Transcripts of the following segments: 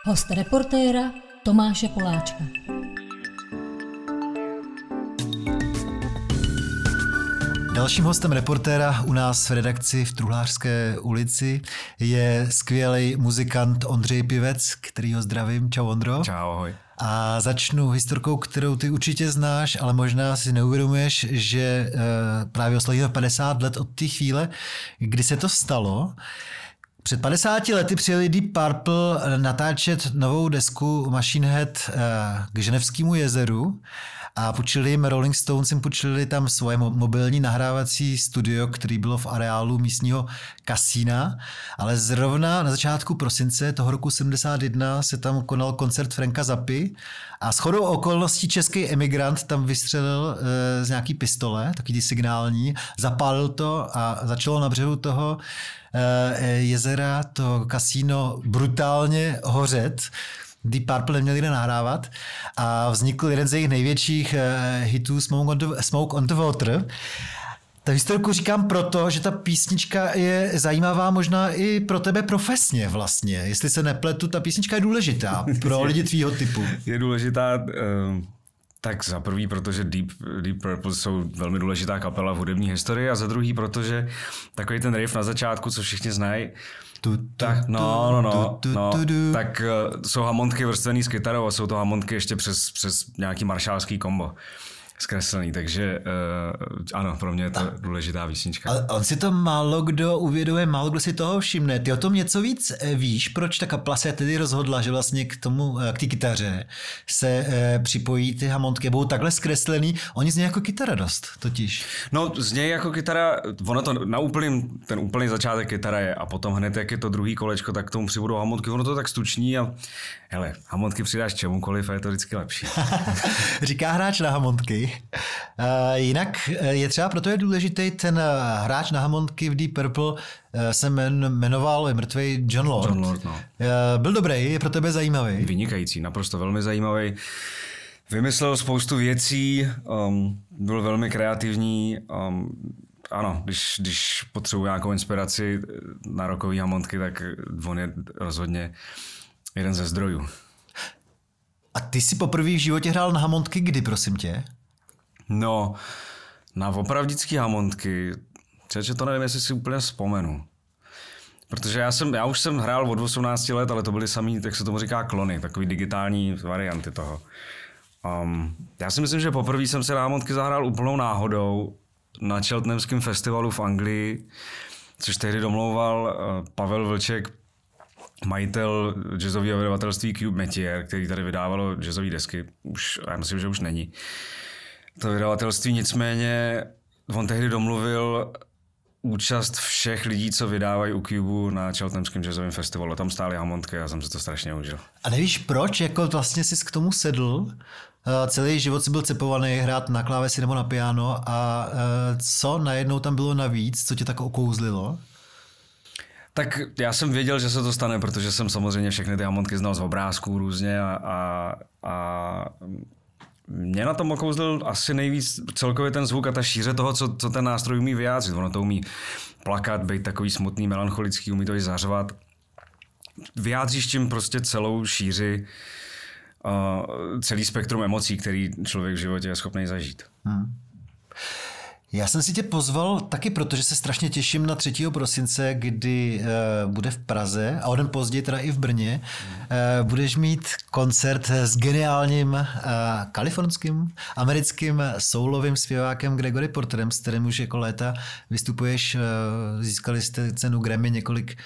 Host reportéra Tomáše Poláčka. Dalším hostem reportéra u nás v redakci v Truhlářské ulici je skvělý muzikant Ondřej Pivec, kterýho zdravím. Čau, Ondro. Čau, ahoj. A začnu historkou, kterou ty určitě znáš, ale možná si neuvědomuješ, že právě oslavíme 50 let od té chvíle, kdy se to stalo. Před 50 lety přijeli Deep Purple natáčet novou desku Machine Head k Ženevskému jezeru a Rolling Stones jim půjčili tam svoje mobilní nahrávací studio, který bylo v areálu místního kasína, ale zrovna na začátku prosince toho roku 71 se tam konal koncert Franka Zappy a shodou okolností český emigrant tam vystřelil z nějaký pistole, takový signální, zapálil to a začalo na břehu toho jezera to kasíno brutálně hořet. Deep Purple neměli kde nahrávat a vznikl jeden z jejich největších hitů Smoke on the Water. Ta historku říkám proto, že ta písnička je zajímavá možná i pro tebe profesně vlastně. Jestli se nepletu, ta písnička je důležitá pro lidi tvýho typu. Je důležitá tak za prvý, protože Deep Purple jsou velmi důležitá kapela v hudební historii a za druhý, protože takový ten riff na začátku, co všichni znají, tak jsou hamontky vrstvený s kytarou a jsou to hamontky ještě přes nějaký maršálský kombo zkreslený, takže ano, pro mě je to důležitá písnička. Ale on si to málo kdo uvědomuje, málo kdo si toho všimne. Ty o tom něco víc víš, proč ta kapela se tedy rozhodla, že vlastně k té kytaře se připojí ty hamontky, budou takhle zkreslený, oni znějí jako kytara dost totiž. No, znějí jako kytara, ono to ten úplný začátek kytara je a potom hned, jak je to druhý kolečko, tak k tomu přibudou hamontky, ono to tak stuční a hele, hamontky přidáš čemukoliv a je to vždycky lepší. Říká hráč na hamontky. Jinak je třeba, proto je důležitý ten hráč na hamontky v Deep Purple se jmenoval mrtvej John Lord. John Lord, no. Byl dobrý, je pro tebe zajímavý. Vynikající, naprosto velmi zajímavý. Vymyslel spoustu věcí, byl velmi kreativní. Ano, když potřebuji nějakou inspiraci na rockový hamontky, tak on je rozhodně jeden ze zdrojů. A ty jsi poprvé v životě hrál na hamontky kdy, prosím tě? No, na opravdický hamontky, to nevím, jestli si úplně vzpomenu. Protože já už jsem hrál od 18 let, ale to byly samý, jak se tomu říká, klony, takový digitální varianty toho. Já si myslím, že poprvé jsem se na hamontky zahrál úplnou náhodou na Cheltenhamském festivalu v Anglii, což tehdy domlouval Pavel Vlček, majitel jazzového vydavatelství Cube Metier, který tady vydávalo jazzové desky. Já myslím, že už není. To vydavatelství, nicméně on tehdy domluvil účast všech lidí, co vydávají u Cubeu na Cheltenhamském jazzovém festivalu. Tam stály hamontky a jsem se to strašně užil. A nevíš proč? Jako vlastně jsi k tomu sedl? Celý život si byl cepovaný hrát na klávesi nebo na piano a co najednou tam bylo navíc? Co tě tak okouzlilo? Tak já jsem věděl, že se to stane, protože jsem samozřejmě všechny ty hamontky znal z obrázků různě a mě na tom okouzlil asi nejvíc celkově ten zvuk a ta šíře toho, co ten nástroj umí vyjádřit. Ono to umí plakat, být takový smutný, melancholický, umí to i zařvat. Vyjádříš tím prostě celou šíři, celý spektrum emocí, který člověk v životě je schopný zažít. Já jsem si tě pozval taky, protože se strašně těším na 3. prosince, kdy bude v Praze a o den později teda i v Brně. Budeš mít koncert s geniálním kalifornským, americkým soulovým zpěvákem Gregory Porterem, s kterým už jako léta vystupuješ. Získali jste cenu Grammy, několik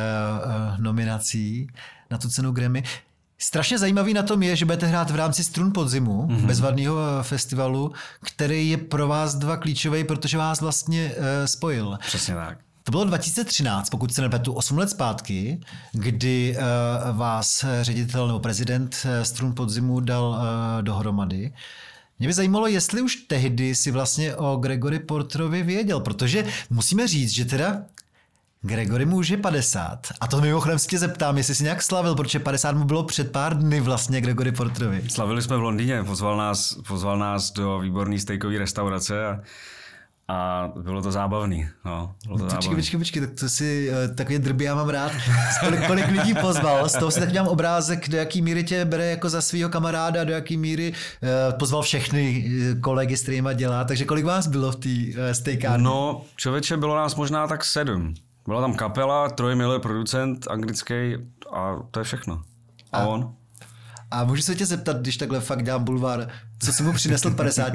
nominací na tu cenu Grammy. Strašně zajímavý na tom je, že budete hrát v rámci Strun podzimu, bezvadného festivalu, který je pro vás dva klíčový, protože vás vlastně spojil. Přesně tak. To bylo 2013, pokud se nepletu, 8 let zpátky, kdy vás ředitel nebo prezident Strun podzimu dal dohromady. Mě by zajímalo, jestli už tehdy si vlastně o Gregory Porterovi věděl, protože musíme říct, že teda Gregory mu už je 50. A to mimochodem si tě zeptám, jestli si nějak slavil, protože 50 mu bylo před pár dny vlastně Gregory Porterovi. Slavili jsme v Londýně, pozval nás do výborné steakové restaurace A bylo to zábavný. No, Počkej, tak to si takový drby já mám rád. Kolik lidí pozval, z toho si tak dělám obrázek, do jaký míry tě bere jako za svýho kamaráda, do jaký míry pozval všechny kolegy, s kterýma dělá, takže kolik vás bylo v té stejkárně? No, člověče, bylo nás možná tak 7. Byla tam kapela, Troy Miller, producent anglický a to je všechno. A on? A můžu se tě zeptat, když takhle fakt dělám bulvár, co jsi mu přinesl 50?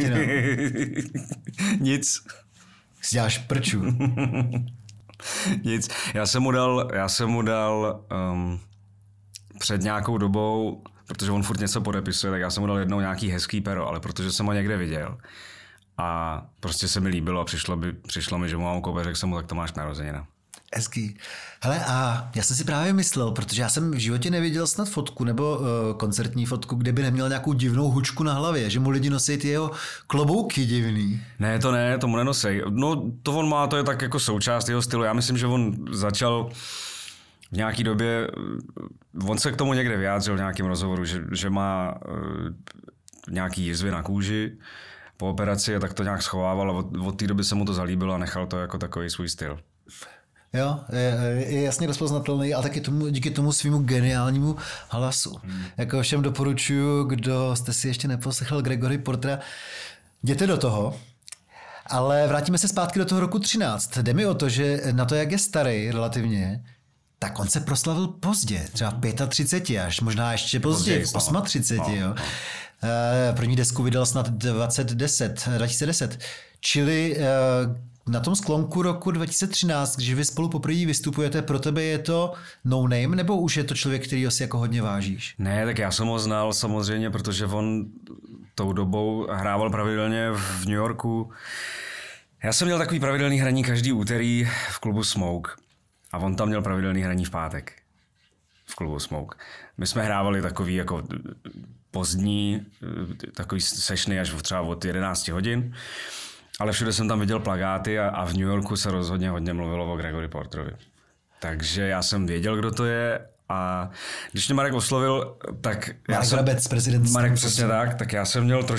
Nic. Si děláš prču. Nic. Já jsem mu dal před nějakou dobou, protože on furt něco podepisuje, tak já jsem mu dal jednou nějaký hezký pero, ale protože jsem ho někde viděl a prostě se mi líbilo a přišlo mi, že mu mám koupit, řekl jsem mu, tak to máš narozenina. Hezký. Hele, a já jsem si právě myslel, protože já jsem v životě neviděl snad fotku nebo koncertní fotku, kde by neměl nějakou divnou hučku na hlavě, že mu lidi nosí ty jeho klobouky divný. Ne, to mu nenosej. No, to on má, to je tak jako součást jeho stylu. Já myslím, že on začal v nějaký době, on se k tomu někde vyjádřil v nějakém rozhovoru, že má nějaký jizvy na kůži po operaci a tak to nějak schovával a od té doby se mu to zalíbilo a nechal to jako takový svůj styl. Jo, je jasně rozpoznatelný, ale taky díky tomu svýmu geniálnímu hlasu. Jako všem doporučuji, kdo jste si ještě neposlechal Gregory Portera, jděte do toho. Ale vrátíme se zpátky do toho roku 13. Jde mi o to, že na to, jak je starý relativně, tak on se proslavil pozdě, třeba v 35 až, možná ještě později, v 38, jo. První desku vydal snad 2010. Čili na tom sklonku roku 2013, když vy spolu poprvé vystupujete, pro tebe je to no name, nebo už je to člověk, kterýho si jako hodně vážíš? Ne, tak já jsem ho znal samozřejmě, protože on tou dobou hrával pravidelně v New Yorku. Já jsem měl takový pravidelný hraní každý úterý v klubu Smoke a on tam měl pravidelný hraní v pátek v klubu Smoke. My jsme hrávali takový jako pozdní, takový sessiony až třeba od 11 hodin. Ale všude jsem tam viděl plakáty a v New Yorku se rozhodně hodně mluvilo o Gregory Porterovi. Takže já jsem věděl, kdo to je a když mě Marek oslovil, tak... Marek Brabec, prezident. Marek, přesně tak já jsem měl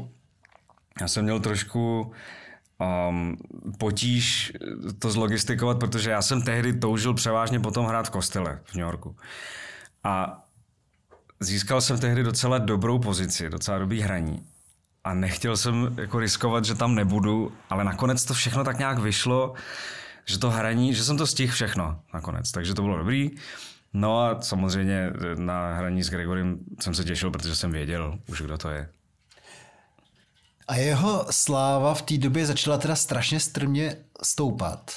trošku potíž to zlogistikovat, protože já jsem tehdy toužil převážně potom hrát v kostele v New Yorku. A získal jsem tehdy docela dobrou pozici, docela dobrý hraní. A nechtěl jsem jako riskovat, že tam nebudu, ale nakonec to všechno tak nějak vyšlo, že to hraní, že jsem to stihl všechno nakonec, takže to bylo dobrý. No a samozřejmě na hraní s Gregorem jsem se těšil, protože jsem věděl už, kdo to je. A jeho sláva v té době začala teda strašně strmě stoupat.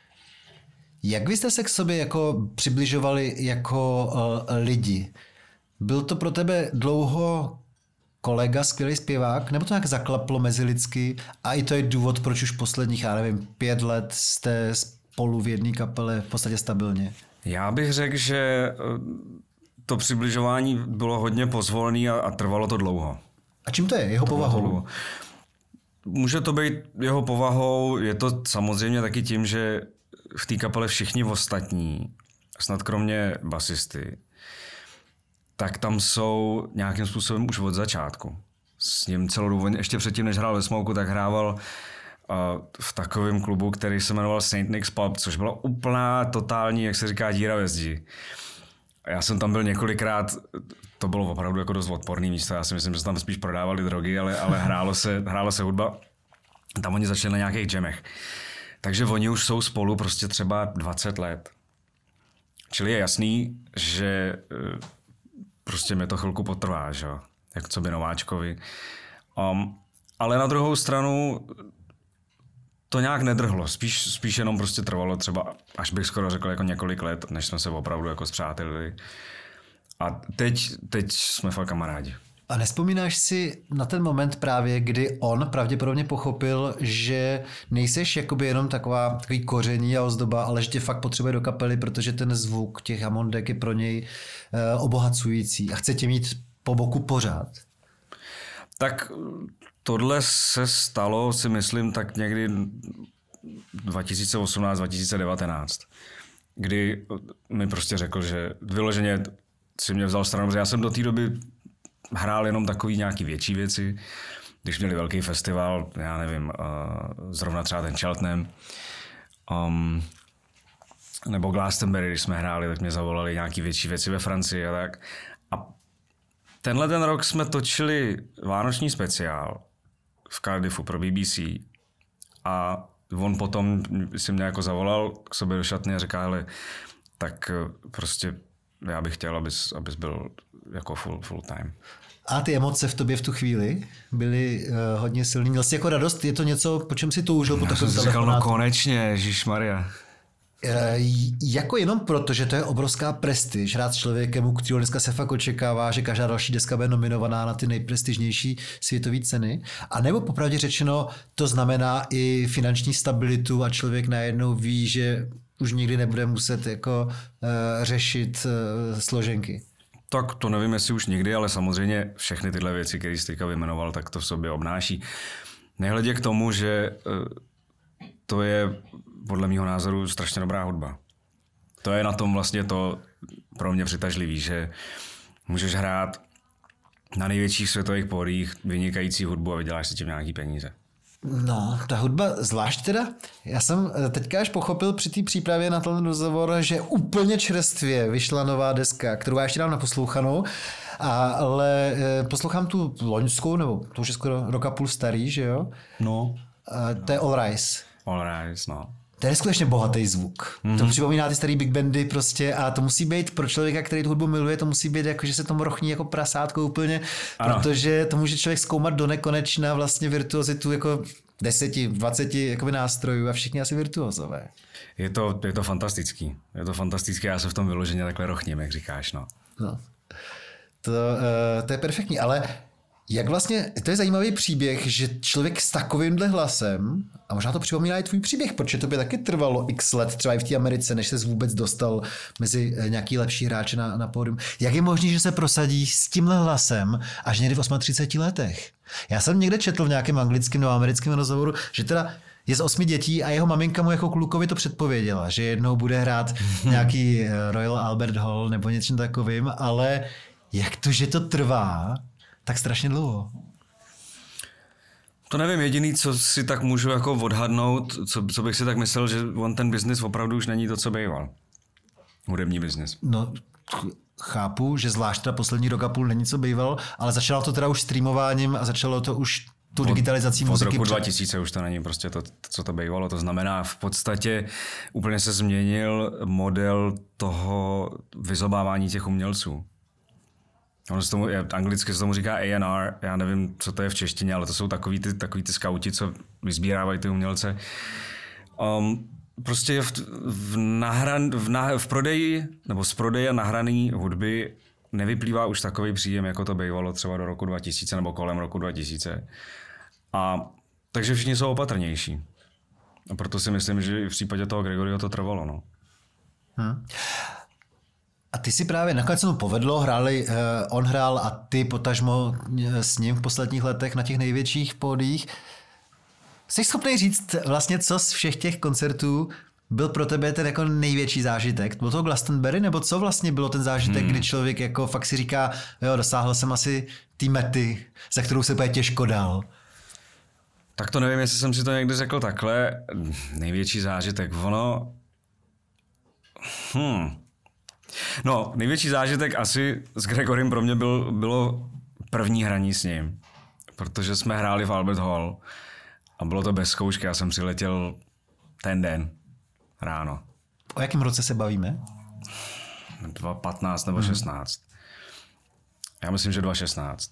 Jak vy jste se k sobě jako přibližovali jako lidi? Byl to pro tebe dlouho kolega, skvělý zpěvák, nebo to nějak zaklaplo mezilidsky a i to je důvod, proč už posledních, 5 let jste spolu v jedné kapele v podstatě stabilně? Já bych řekl, že to přibližování bylo hodně pozvolné a trvalo to dlouho. A čím to je? Jeho povahou? Může to být jeho povahou, je to samozřejmě taky tím, že v té kapele všichni ostatní, snad kromě basisty, tak tam jsou nějakým způsobem už od začátku. S ním celou dobu, ještě předtím, než hrál ve Smoku, tak hrával v takovém klubu, který se jmenoval St. Nick's Pub, což byla úplná totální, jak se říká, díra ve zdi. Já jsem tam byl několikrát, to bylo opravdu jako dost odporný místo, já si myslím, že se tam spíš prodávali drogy, ale hrálo se hudba. Tam oni začali na nějakých jamech. Takže oni už jsou spolu prostě třeba 20 let. Čili je jasný, že prostě mě to chvilku potrvá, že jo, jak co by nováčkovi. Ale na druhou stranu to nějak nedrhlo, spíš jenom prostě trvalo třeba, až bych skoro řekl, jako několik let, než jsme se opravdu jako spřátelili. A teď jsme fakt kamarádi. A nespomínáš si na ten moment právě, kdy on pravděpodobně pochopil, že nejseš jakoby jenom takový koření a ozdoba, ale že tě fakt potřebuje do kapely, protože ten zvuk těch Hammondek je pro něj obohacující a chce tě mít po boku pořád? Tak tohle se stalo, si myslím, tak někdy 2018-2019, kdy mi prostě řekl, že vyloženě si mě vzal stranu, protože já jsem do té doby hrál jenom takový nějaký větší věci když měli velký festival, já nevím, zrovna třeba ten Cheltenham, nebo Glastonbury, když jsme hráli, tak mě zavolali nějaký větší věci ve Francii a tak. A tenhle ten rok jsme točili vánoční speciál v Cardiffu pro BBC a on potom si mě jako zavolal k sobě do šatny a říká, hele, tak prostě já bych chtěl, abys byl jako full time. A ty emoce v tobě v tu chvíli byly hodně silný. Měl jsi jako radost? Je to něco, po čem si toužil? Já jsem si říkal, no konečně, ježišmarja. Jako jenom proto, že to je obrovská prestiž, hrát s člověkem, u kterého dneska se fakt očekává, že každá další deska bude nominovaná na ty nejprestižnější světové ceny. A nebo popravdě řečeno, to znamená i finanční stabilitu a člověk najednou ví, že už nikdy nebude muset jako řešit složenky. Tak to nevím, jestli už nikdy, ale samozřejmě všechny tyhle věci, které jsi teďka vyjmenoval, tak to v sobě obnáší. Nehledě k tomu, že to je podle mého názoru strašně dobrá hudba. To je na tom vlastně to pro mě přitažlivý, že můžeš hrát na největších světových pódiích vynikající hudbu a vyděláš si tím nějaký peníze. No, ta hudba zvlášť teda. Já jsem teďka až pochopil při té přípravě na ten rozhovor, že úplně čerstvě vyšla nová deska, kterou já ještě dám naposlouchanou, ale poslouchám tu loňskou, nebo to už je skoro roka půl starý, že jo? No. To je All Rise. All Rise, no. To je skutečně bohatý zvuk. Mm-hmm. To připomíná ty starý big bandy prostě a to musí být pro člověka, který tu hudbu miluje, to musí být jako, že se tomu rochní jako prasátko úplně, ano. Protože to může člověk zkoumat do nekonečna vlastně virtuozitu jako 10, 20 jakoby nástrojů a všichni asi virtuozové. Je to fantastický. Je to fantastické, já se v tom vyloženě takhle rochním, jak říkáš, no. To je perfektní, ale jak vlastně, to je zajímavý příběh, že člověk s takovýmhle hlasem, a možná to připomíná i tvůj příběh, protože to by taky trvalo x let, třeba i v té Americe, než ses vůbec dostal mezi nějaký lepší hráče na pódium. Jak je možné, že se prosadí s tímhle hlasem až někdy v 38 letech? Já jsem někde četl v nějakém anglickém nebo americkém rozhovoru, že teda je z 8 dětí a jeho maminka mu jako klukovi to předpověděla, že jednou bude hrát nějaký Royal Albert Hall nebo něčím takovým, ale jak to, že to trvá tak strašně dlouho? To nevím, jediný, co si tak můžu jako odhadnout, co bych si tak myslel, že on ten biznis opravdu už není to, co býval. Hudební biznis. No, chápu, že zvlášť teda poslední rok a půl není co býval, ale začalo to teda už streamováním a začalo to už tu digitalizací muziky. Od roku 2000 už to není prostě to, co to bývalo. To znamená, v podstatě úplně se změnil model toho vyzobávání těch umělců. Ono se tomu, anglicky se tomu říká A&R, já nevím, co to je v češtině, ale to jsou takový ty skauti, co vyzbírávají ty umělce. Prostě v prodeji nebo z prodeje nahrané hudby nevyplývá už takový příjem, jako to bývalo třeba do roku 2000 nebo kolem roku 2000. Takže všichni jsou opatrnější. A proto si myslím, že i v případě toho Gregoryho to trvalo. No. A ty si právě nakonec se mu povedlo, on hrál a ty potažmo s ním v posledních letech na těch největších pódiích. Jsi schopný říct vlastně, co z všech těch koncertů byl pro tebe ten jako největší zážitek? Byl to Glastonbury, nebo co vlastně bylo ten zážitek, kdy člověk jako fakt si říká, jo, dosáhl jsem asi té mety, za kterou se úplně těžko dal? Tak to nevím, jestli jsem si to někdy řekl takhle. Největší zážitek, No, největší zážitek asi s Gregorym pro mě bylo první hraní s ním, protože jsme hráli v Albert Hall a bylo to bez zkoušky, já jsem přiletěl ten den ráno. O jakém roce se bavíme? 2015 nebo 16. Já myslím, že 2016.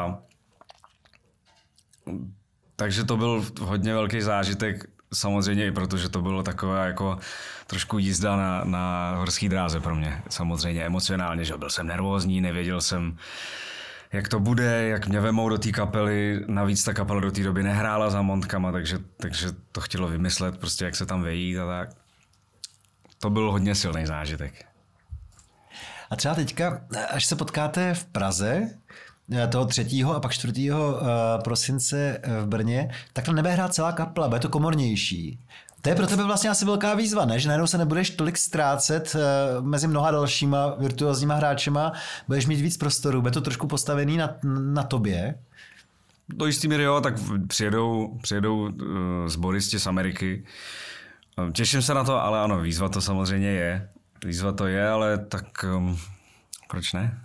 Takže to byl hodně velký zážitek, samozřejmě i protože to bylo taková jako trošku jízda na horský dráze pro mě. Samozřejmě emocionálně, že byl jsem nervózní, nevěděl jsem, jak to bude, jak mě vemou do té kapely. Navíc ta kapela do té doby nehrála za Montkama, takže to chtělo vymyslet, prostě jak se tam vejít a tak. To byl hodně silný zážitek. A třeba teďka, až se potkáte v Praze, toho 3. a pak 4. prosince v Brně, tak to nebude hrát celá kapela, bude to komornější. To je pro tebe vlastně asi velká výzva, ne? Že najednou se nebudeš tolik ztrácet mezi mnoha dalšíma virtuózníma hráčema, budeš mít víc prostoru, bude to trošku postavený na tobě. Do jistý míry jo, tak přijedou sboristi z Ameriky. Těším se na to, ale ano, výzva to samozřejmě je. Výzva to je, ale tak proč ne?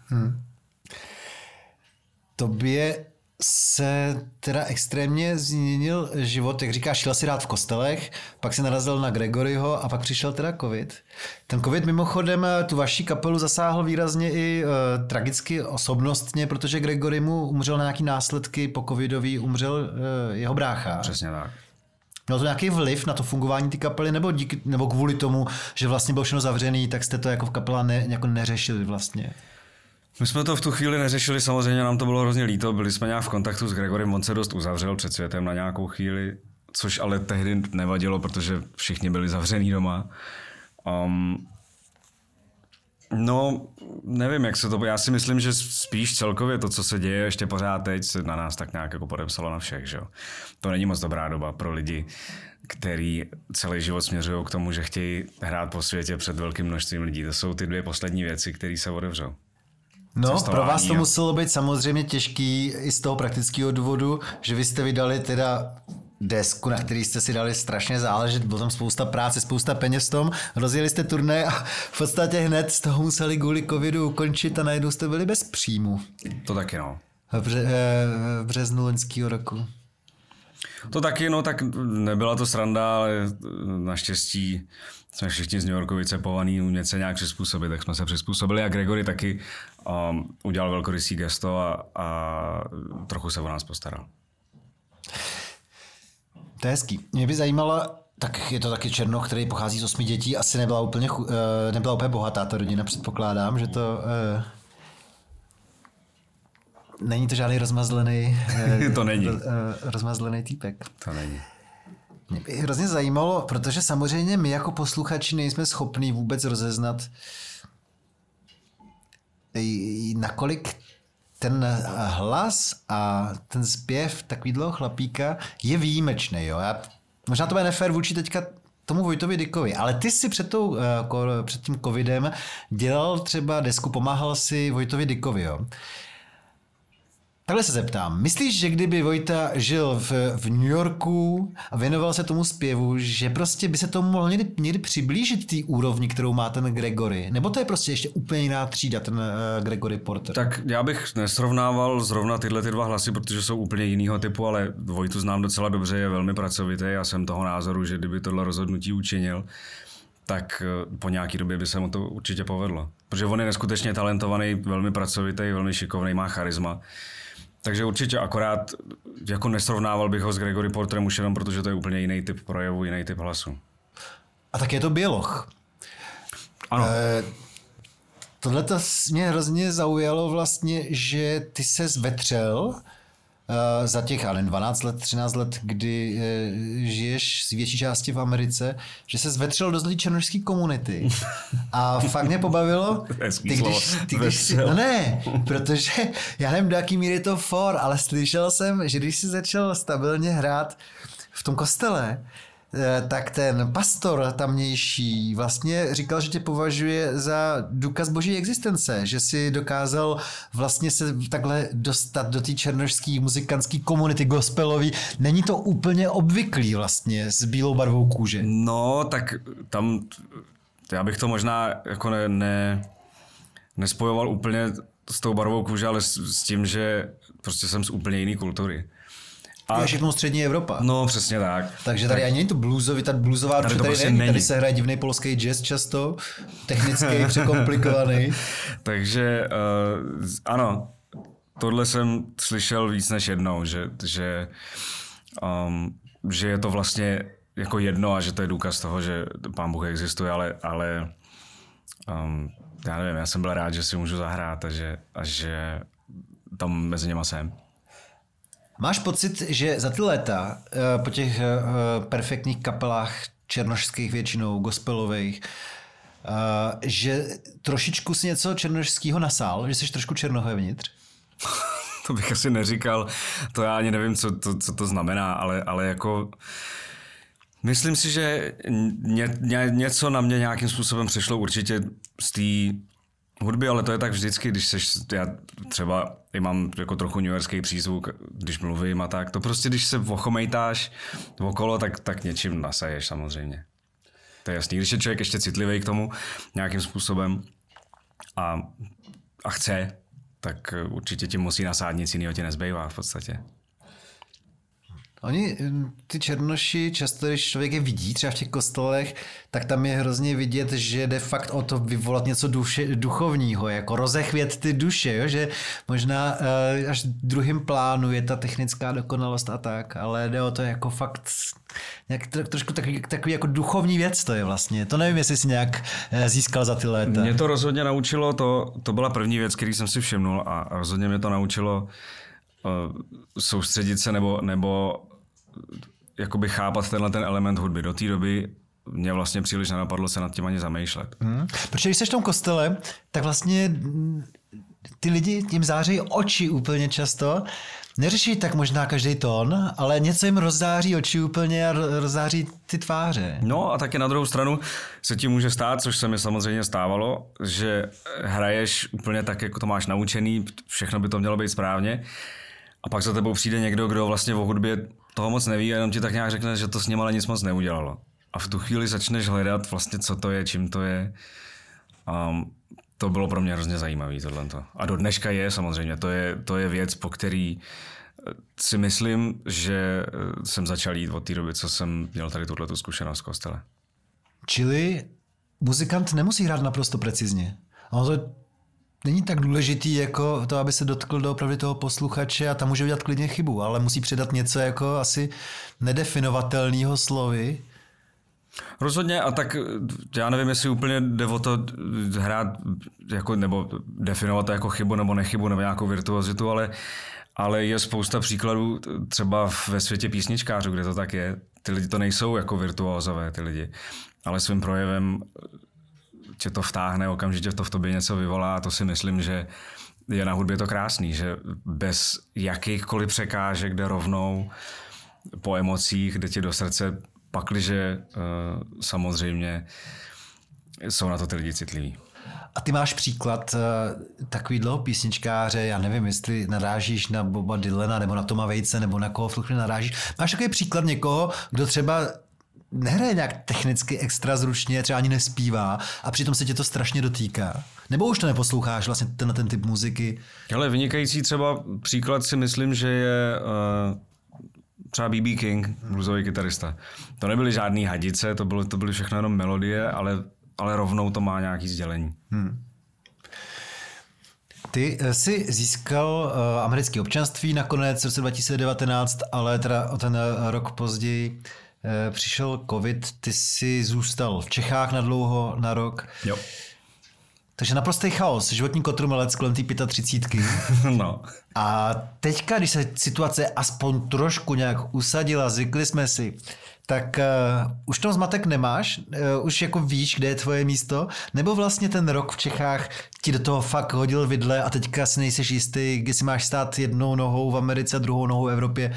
Tobě se teda extrémně změnil život, jak říkáš, šel si rád v kostelech, pak si narazil na Gregoryho a pak přišel teda covid. Ten covid mimochodem tu vaši kapelu zasáhl výrazně i tragicky osobnostně, protože Gregory mu umřel na nějaký následky po covidový, umřel jeho brácha. Přesně tak. Měl to nějaký vliv na to fungování té kapely, nebo kvůli tomu, že vlastně bylo všechno zavřený, tak jste to jako v kapele jako neřešili vlastně? My jsme to v tu chvíli neřešili, samozřejmě nám to bylo hrozně líto, byli jsme nějak v kontaktu s Gregorem, on se dost uzavřel před světem na nějakou chvíli, což ale tehdy nevadilo, protože všichni byli zavřený doma. No, nevím, jak se to... Já si myslím, že spíš celkově to, co se děje ještě pořád teď, se na nás tak nějak jako podepsalo na všech, že jo. To není moc dobrá doba pro lidi, který celý život směřují k tomu, že chtějí hrát po světě před velkým množstvím lidí. To jsou ty dvě poslední věci, které se otevřou. No, pro vás to muselo být samozřejmě těžký i z toho praktického důvodu, že vy jste vydali teda desku, na který jste si dali strašně záležet, bylo tam spousta práce, spousta peněz v tom, rozjeli jste turné a v podstatě hned z toho museli kvůli covidu ukončit a najednou jste byli bez příjmu. To taky, no. V březnu loňského roku. To taky, no, tak nebyla to sranda, ale naštěstí jsme všichni z New Yorku vycepovaný umět se nějak přizpůsobit, tak jsme se přizpůsobili a Gregory taky udělal velkorysý gesto a trochu se o nás postaral. To je hezký. Mě by zajímalo, tak je to taky Černoch, který pochází z 8 dětí, asi nebyla úplně bohatá ta rodina, předpokládám, že to... Není to žádný rozmazlený... To není. Rozmazlený týpek. To není. Mě by hrozně zajímalo, protože samozřejmě my jako posluchači nejsme schopní vůbec rozeznat, nakolik ten hlas a ten zpěv takovýhle chlapíka je výjimečný. Jo? Možná to bude nefér vůči teďka tomu Vojtovi Dickovi, ale ty si před tím covidem dělal třeba desku, pomáhal si Vojtovi Dickovi, jo? Takhle se zeptám. Myslíš, že kdyby Vojta žil v New Yorku a věnoval se tomu zpěvu, že prostě by se tomu mohl někdy přiblížit té úrovni, kterou má ten Gregory? Nebo to je prostě ještě úplně jiná třída, ten Gregory Porter? Tak já bych nesrovnával zrovna tyhle ty dva hlasy, protože jsou úplně jinýho typu, ale Vojtu znám docela dobře, je velmi pracovitý a jsem toho názoru, že kdyby tohle rozhodnutí učinil, tak po nějaký době by se mu to určitě povedlo. Protože on je neskutečně talentovaný, velmi pracovitý, velmi šikovný, má charisma. Takže určitě akorát jako nesrovnával bych ho s Gregory Porterem už jenom, protože to je úplně jiný typ projevu, jiný typ hlasu. A tak je to běloch. Ano. Tohle to mě hrozně zaujalo vlastně, že ty se zvetřel za těch 12 let, 13 let, kdy žiješ z větší části v Americe, že se zvetřel do zlý černošský komunity. A fakt mě pobavilo, no ne, protože já nevím, do jaký míry je to for, ale slyšel jsem, že když jsi začal stabilně hrát v tom kostele, tak ten pastor tamnější vlastně říkal, že tě považuje za důkaz boží existence, že si dokázal vlastně se takhle dostat do té černošské muzikantské komunity gospelový. Není to úplně obvyklý vlastně s bílou barvou kůže. No, tak tam já bych to možná jako nespojoval úplně s tou barvou kůže, ale s tím, že prostě jsem z úplně jiné kultury. A je všechno střední Evropa. No, přesně tak. Takže tady ani není to bluesový, ta bluesová tady, to prostě není. Tady se hraje divný polský jazz často, technický, překomplikovaný. Takže ano, tohle jsem slyšel víc než jednou, že je to vlastně jako jedno a že to je důkaz toho, že Pán Bůh existuje, ale já nevím, já jsem byl rád, že si můžu zahrát a že tam mezi něma jsem. Máš pocit, že za ty léta po těch perfektních kapelách černošských většinou, gospelových, že trošičku si něco černošského nasál, že jsi trošku černohevnitř? To bych asi neříkal, to já ani nevím, co to znamená, ale jako myslím si, že něco na mě nějakým způsobem přešlo určitě z té hudby, ale to je tak vždycky, když seš, já třeba i mám jako trochu newyorský přízvuk, když mluvím a tak, to prostě, když se ochomejtáš okolo, tak něčím nasaješ samozřejmě. To je jasný, když je člověk ještě citlivý k tomu nějakým způsobem a chce, tak určitě ti musí nasát, nic jiného ti nezbývá v podstatě. Oni, ty černoši, často, když člověk je vidí, třeba v těch kostelech, tak tam je hrozně vidět, že jde fakt o to vyvolat něco duchovního, jako rozechvět ty duše, jo? Že možná až v druhém plánu je ta technická dokonalost a tak, ale jde o to jako fakt nějak trošku takový jako duchovní věc to je vlastně. To nevím, jestli jsi nějak získal za ty léta. Mě to rozhodně naučilo, to byla první věc, který jsem si všimnul a rozhodně mě to naučilo soustředit se nebo jakoby chápat ten element hudby. Do té doby mě vlastně příliš nenapadlo se nad tím ani zamýšlet. Protože když jsi v tom kostele, tak vlastně ty lidi tím září oči úplně často. Neřeší tak možná každý tón, ale něco jim rozzáří oči úplně a rozzáří ty tváře. No a taky na druhou stranu se ti může stát, což se mi samozřejmě stávalo, že hraješ úplně tak, jako to máš naučený, všechno by to mělo být správně. A pak za tebou přijde někdo, kdo vlastně o hudbě toho moc neví a jenom ti tak nějak řekne, že to s ním ale nic moc neudělalo. A v tu chvíli začneš hledat vlastně, co to je, čím to je. To bylo pro mě hrozně zajímavé tohleto. A do dneška je samozřejmě, to je věc, po který si myslím, že jsem začal jít od té doby, co jsem měl tady tuhletu zkušenost v kostele. Čili muzikant nemusí hrát naprosto precizně. Ono to není tak důležitý jako to, aby se dotkl doopravdy toho posluchače a tam může udělat klidně chybu, ale musí předat něco jako asi nedefinovatelného slovy. Rozhodně a tak já nevím, jestli úplně jde o to hrát jako, nebo definovat to jako chybu nebo nechybu nebo nějakou virtuozitu, ale je spousta příkladů třeba ve světě písničkářů, kde to tak je. Ty lidi to nejsou jako virtuózové, ty lidi, ale svým projevem tě to vtáhne, okamžitě to v tobě něco vyvolá a to si myslím, že je na hudbě to krásný, že bez jakýchkoliv překážek jde rovnou po emocích, jde ti do srdce, pakliže samozřejmě jsou na to ty lidi citliví. A ty máš příklad takovýhleho písničkáře, já nevím, jestli narážíš na Boba Dylana nebo na Toma Waitse nebo na koho v narážíš. Máš takový příklad někoho, kdo třeba nehraje nějak technicky extra zručně, třeba ani nespívá a přitom se tě to strašně dotýká? Nebo už to neposloucháš vlastně ten typ muziky? Ale vynikající třeba příklad si myslím, že je třeba B.B. King, bluesový kytarista. To nebyly žádný hadice, to byly všechno jenom melodie, ale rovnou to má nějaký sdělení. Ty jsi získal americké občanství nakonec v roce 2019, ale teda o ten rok později přišel covid, ty jsi zůstal v Čechách na rok. Jo. Takže naprostý chaos, životní kotrmelec kolem té 35. No. A teďka, když se situace aspoň trošku nějak usadila, zvykli jsme si, tak už tom zmatek nemáš? Už jako víš, kde je tvoje místo? Nebo vlastně ten rok v Čechách ti do toho fakt hodil vidle a teďka si nejseš jistý, kde si máš stát jednou nohou v Americe a druhou nohou v Evropě?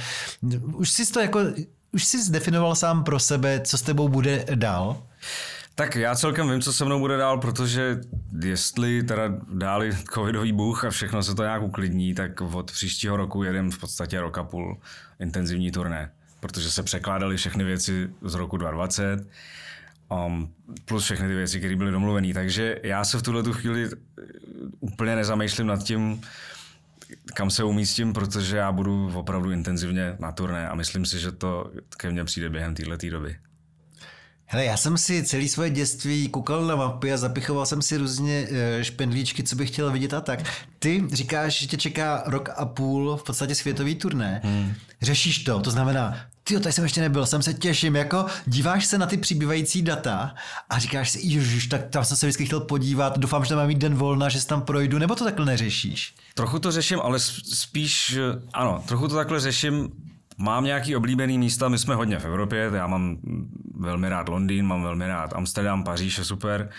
Už jsi zdefinoval sám pro sebe, co s tebou bude dál? Tak já celkem vím, co se mnou bude dál, protože jestli teda dáli covidový bůh a všechno se to nějak uklidní, tak od příštího roku jedem v podstatě rok a půl intenzivní turné, protože se překládaly všechny věci z roku 2020 plus všechny ty věci, které byly domluvené. Takže já se v tuhletu chvíli úplně nezamýšlím nad tím, kam se umístím, protože já budu opravdu intenzivně na turné a myslím si, že to ke mně přijde během této doby. Hele, já jsem si celé svoje dětství koukal na mapy a zapichoval jsem si různě špendlíčky, co bych chtěl vidět a tak. Ty říkáš, že tě čeká rok a půl v podstatě světový turné. Řešíš to, to znamená, tyjo, tady jsem ještě nebyl, jsem se těším, jako díváš se na ty přibývající data a říkáš si, ježiš, tak tam jsem se vždycky chtěl podívat, doufám, že tam mám mít den volna, že se tam projdu, nebo to takhle neřešíš? Trochu to řeším, ale spíš, ano, trochu to takhle řeším. Mám nějaký oblíbený místa, my jsme hodně v Evropě, já mám velmi rád Londýn, mám velmi rád Amsterdam, Paříž je super.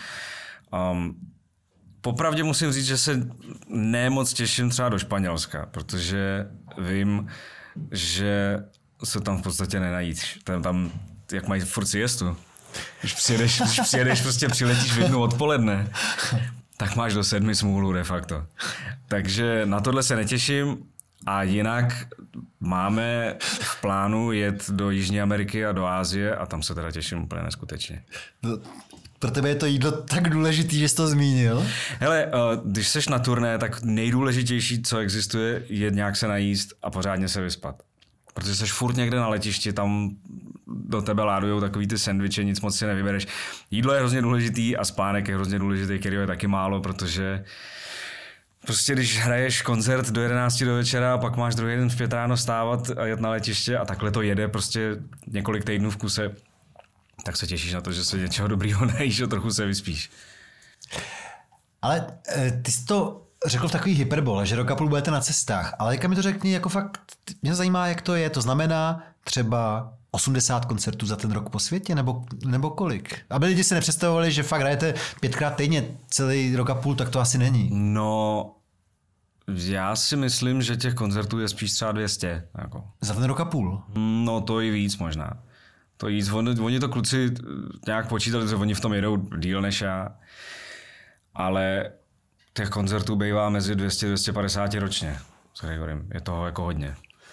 Popravdě musím říct, že se nemoc těším třeba do Španělska, protože vím, že se tam v podstatě nenajíš. Tam jak mají furt siestu. Když přijedeš, prostě přiletíš v 1 odpoledne. tak máš do 7 smůlu de facto. Takže na tohle se netěším a jinak máme v plánu jet do Jižní Ameriky a do Asie a tam se teda těším úplně neskutečně. Pro tebe je to jídlo tak důležitý, že jsi to zmínil? Hele, když seš na turné, tak nejdůležitější, co existuje, je nějak se najíst a pořádně se vyspat. Protože seš furt někde na letišti, tam do tebe ládujou takový ty sendviče, nic moc si nevybereš. Jídlo je hrozně důležitý a spánek je hrozně důležitý, který je taky málo, protože prostě když hraješ koncert do 11 do večera a pak máš druhý den v 5 ráno vstávat a jet na letiště a takhle to jede prostě několik týdnů v kuse, tak se těšíš na to, že se něčeho dobrýho najíš a trochu se vyspíš. Ale ty jsi to řekl v takový hyperbole, že rok a půl budete na cestách, ale jak mi to řekni, jako fakt, mě zajímá, jak to je. To znamená třeba 80 koncertů za ten rok po světě, nebo kolik? Aby lidi si nepředstavovali, že fakt hrajete 5krát týdně celý rok a půl, tak to asi není. No, já si myslím, že těch koncertů je spíš třeba 200. Jako. Za ten rok a půl? No, to i víc možná. To víc. Oni to kluci nějak počítali, že oni v tom jedou díl než já, ale těch koncertů bývá mezi 200-250 ročně s Gregorem. Je toho jako hodně.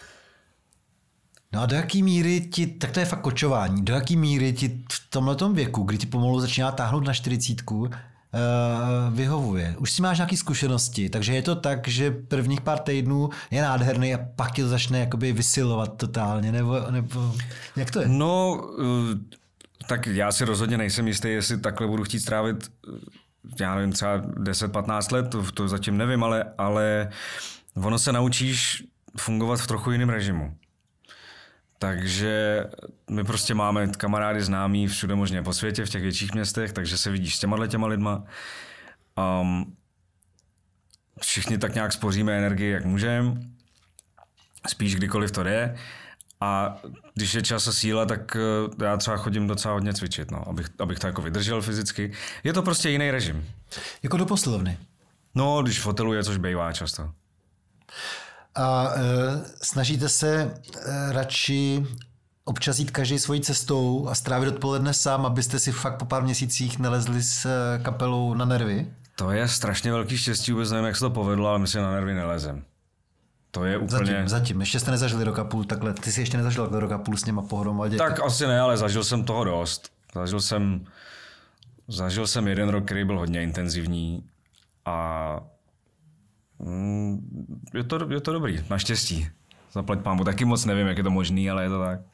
No a do jaký míry ti, tak to je fakt kočování, do jaký míry ti v tomhletom věku, kdy ti pomalu začíná táhnout na 40, vyhovuje? Už si máš nějaké zkušenosti, takže je to tak, že prvních pár týdnů je nádherný a pak ti to začne jakoby vysilovat totálně, nebo jak to je? No, tak já si rozhodně nejsem jistý, jestli takhle budu chtít strávit, já nevím, třeba 10-15 let, to zatím nevím, ale ono se naučíš fungovat v trochu jiném režimu. Takže my prostě máme kamarády známí všude možně po světě, v těch větších městech, takže se vidíš s těma lidma. Všichni tak nějak spoříme energii, jak můžeme, spíš kdykoliv to jde. A když je čas a síla, tak já třeba chodím docela hodně cvičit, no, abych to jako vydržel fyzicky. Je to prostě jiný režim. Jako do posilovny? No, když v hotelu je, což bývá často. A snažíte se radši občas jít každý svojí cestou a strávit odpoledne sám, abyste si fakt po pár měsících nalezli s kapelou na nervy? To je strašně velký štěstí, vůbec nevím, jak se to povedlo, ale my si na nervy nelezem. To je úplně... Zatím. Ještě jste nezažili rok a půl takhle. Ty jsi ještě nezažil rok a půl s něma pohromadě. Tak asi ne, ale zažil jsem toho dost. Zažil jsem 1 rok, který byl hodně intenzivní a je to dobrý, naštěstí. Zaplať pámu, taky moc nevím, jak je to možný, ale je to tak.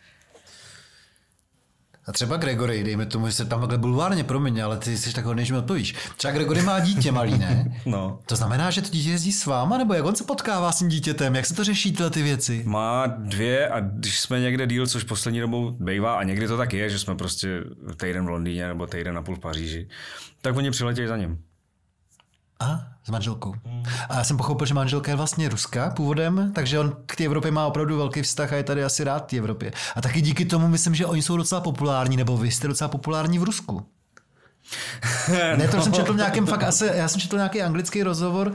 A třeba Gregory, dejme tomu, že se tam takhle bulvárně, promiň, ale ty jsi tak hodný, že mi odpovíš. Třeba Gregory má dítě malý, ne? No. To znamená, že to dítě jezdí s váma, nebo jak on se potkává s tím dítětem? Jak se to řeší tyhle ty věci? Má 2 a když jsme někde díl, což poslední dobou bývá a někdy to tak je, že jsme prostě týden v Londýně nebo týden a půl v Paříži, tak oni přiletějí za ním. Aha, s manželkou. A já jsem pochopil, že manželka je vlastně ruská původem, takže on k té Evropě má opravdu velký vztah a je tady asi rád té Evropě. A taky díky tomu myslím, že oni jsou docela populární, nebo vy jste docela populární v Rusku. Ne, to jsem četl nějakým fakt asi, já jsem četl nějaký anglický rozhovor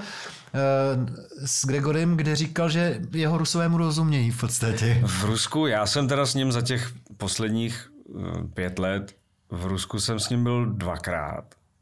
s Gregorem, kde říkal, že jeho Rusové mu rozumějí v podstatě. V Rusku, já jsem teda s ním za těch posledních 5 let, v Rusku jsem s ním byl 2krát.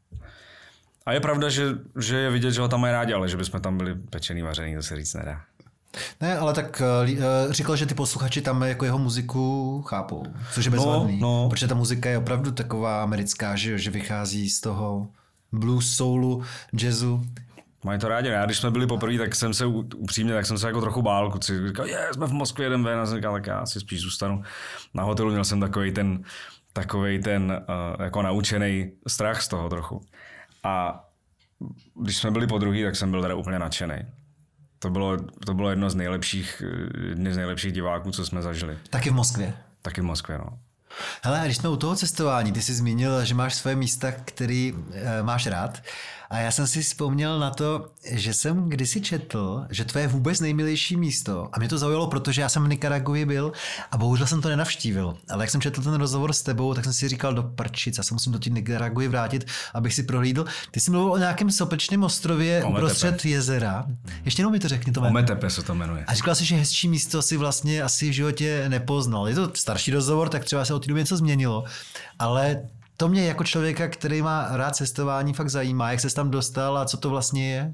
A je pravda, že je vidět, že ho tam mají rádi, ale že bychom tam byli pečený, vařený, to se říct nedá. Ne, ale tak říkal, že ty posluchači tam jako jeho muziku chápou, což je bezvadný. No. Protože ta muzika je opravdu taková americká, že vychází z toho blues, soulu, jazzu. Mají to rádi. Já když jsme byli poprvé, tak jsem se upřímně, tak jsem se jako trochu bál. Kluci říkal, jsme v Moskvě, jdem ven. A jsem říkal, tak já si spíš zůstanu. Na hotelu měl jsem takovej ten jako naučený strach z toho trochu. A když jsme byli podruhý, tak jsem byl teda úplně nadšený. To bylo jedno z nejlepších diváků, co jsme zažili. Taky v Moskvě? Taky v Moskvě, no. Hele, když jsme u toho cestování, ty jsi zmínil, že máš svoje místa, který máš rád. A já jsem si vzpomněl na to, že jsem kdysi četl, že tvoje vůbec nejmilejší místo, a mě to zaujalo, protože já jsem v Nikaraguji byl a bohužel jsem to nenavštívil. Ale jak jsem četl ten rozhovor s tebou, tak jsem si říkal do prčic, já se musím do té Nikaraguji vrátit, abych si prohlídl. Ty jsi mluvil o nějakém sopečném ostrově uprostřed jezera. Ještě jednou mi to řekni, to jméno. Ometepe se to jmenuje. A říkal jsi, že hezčí místo si vlastně asi v životě nepoznal. Je to starší rozhovor, tak třeba se od té doby něco změnilo. Ale To mě jako člověka, který má rád cestování, fakt zajímá, jak ses tam dostal a co to vlastně je?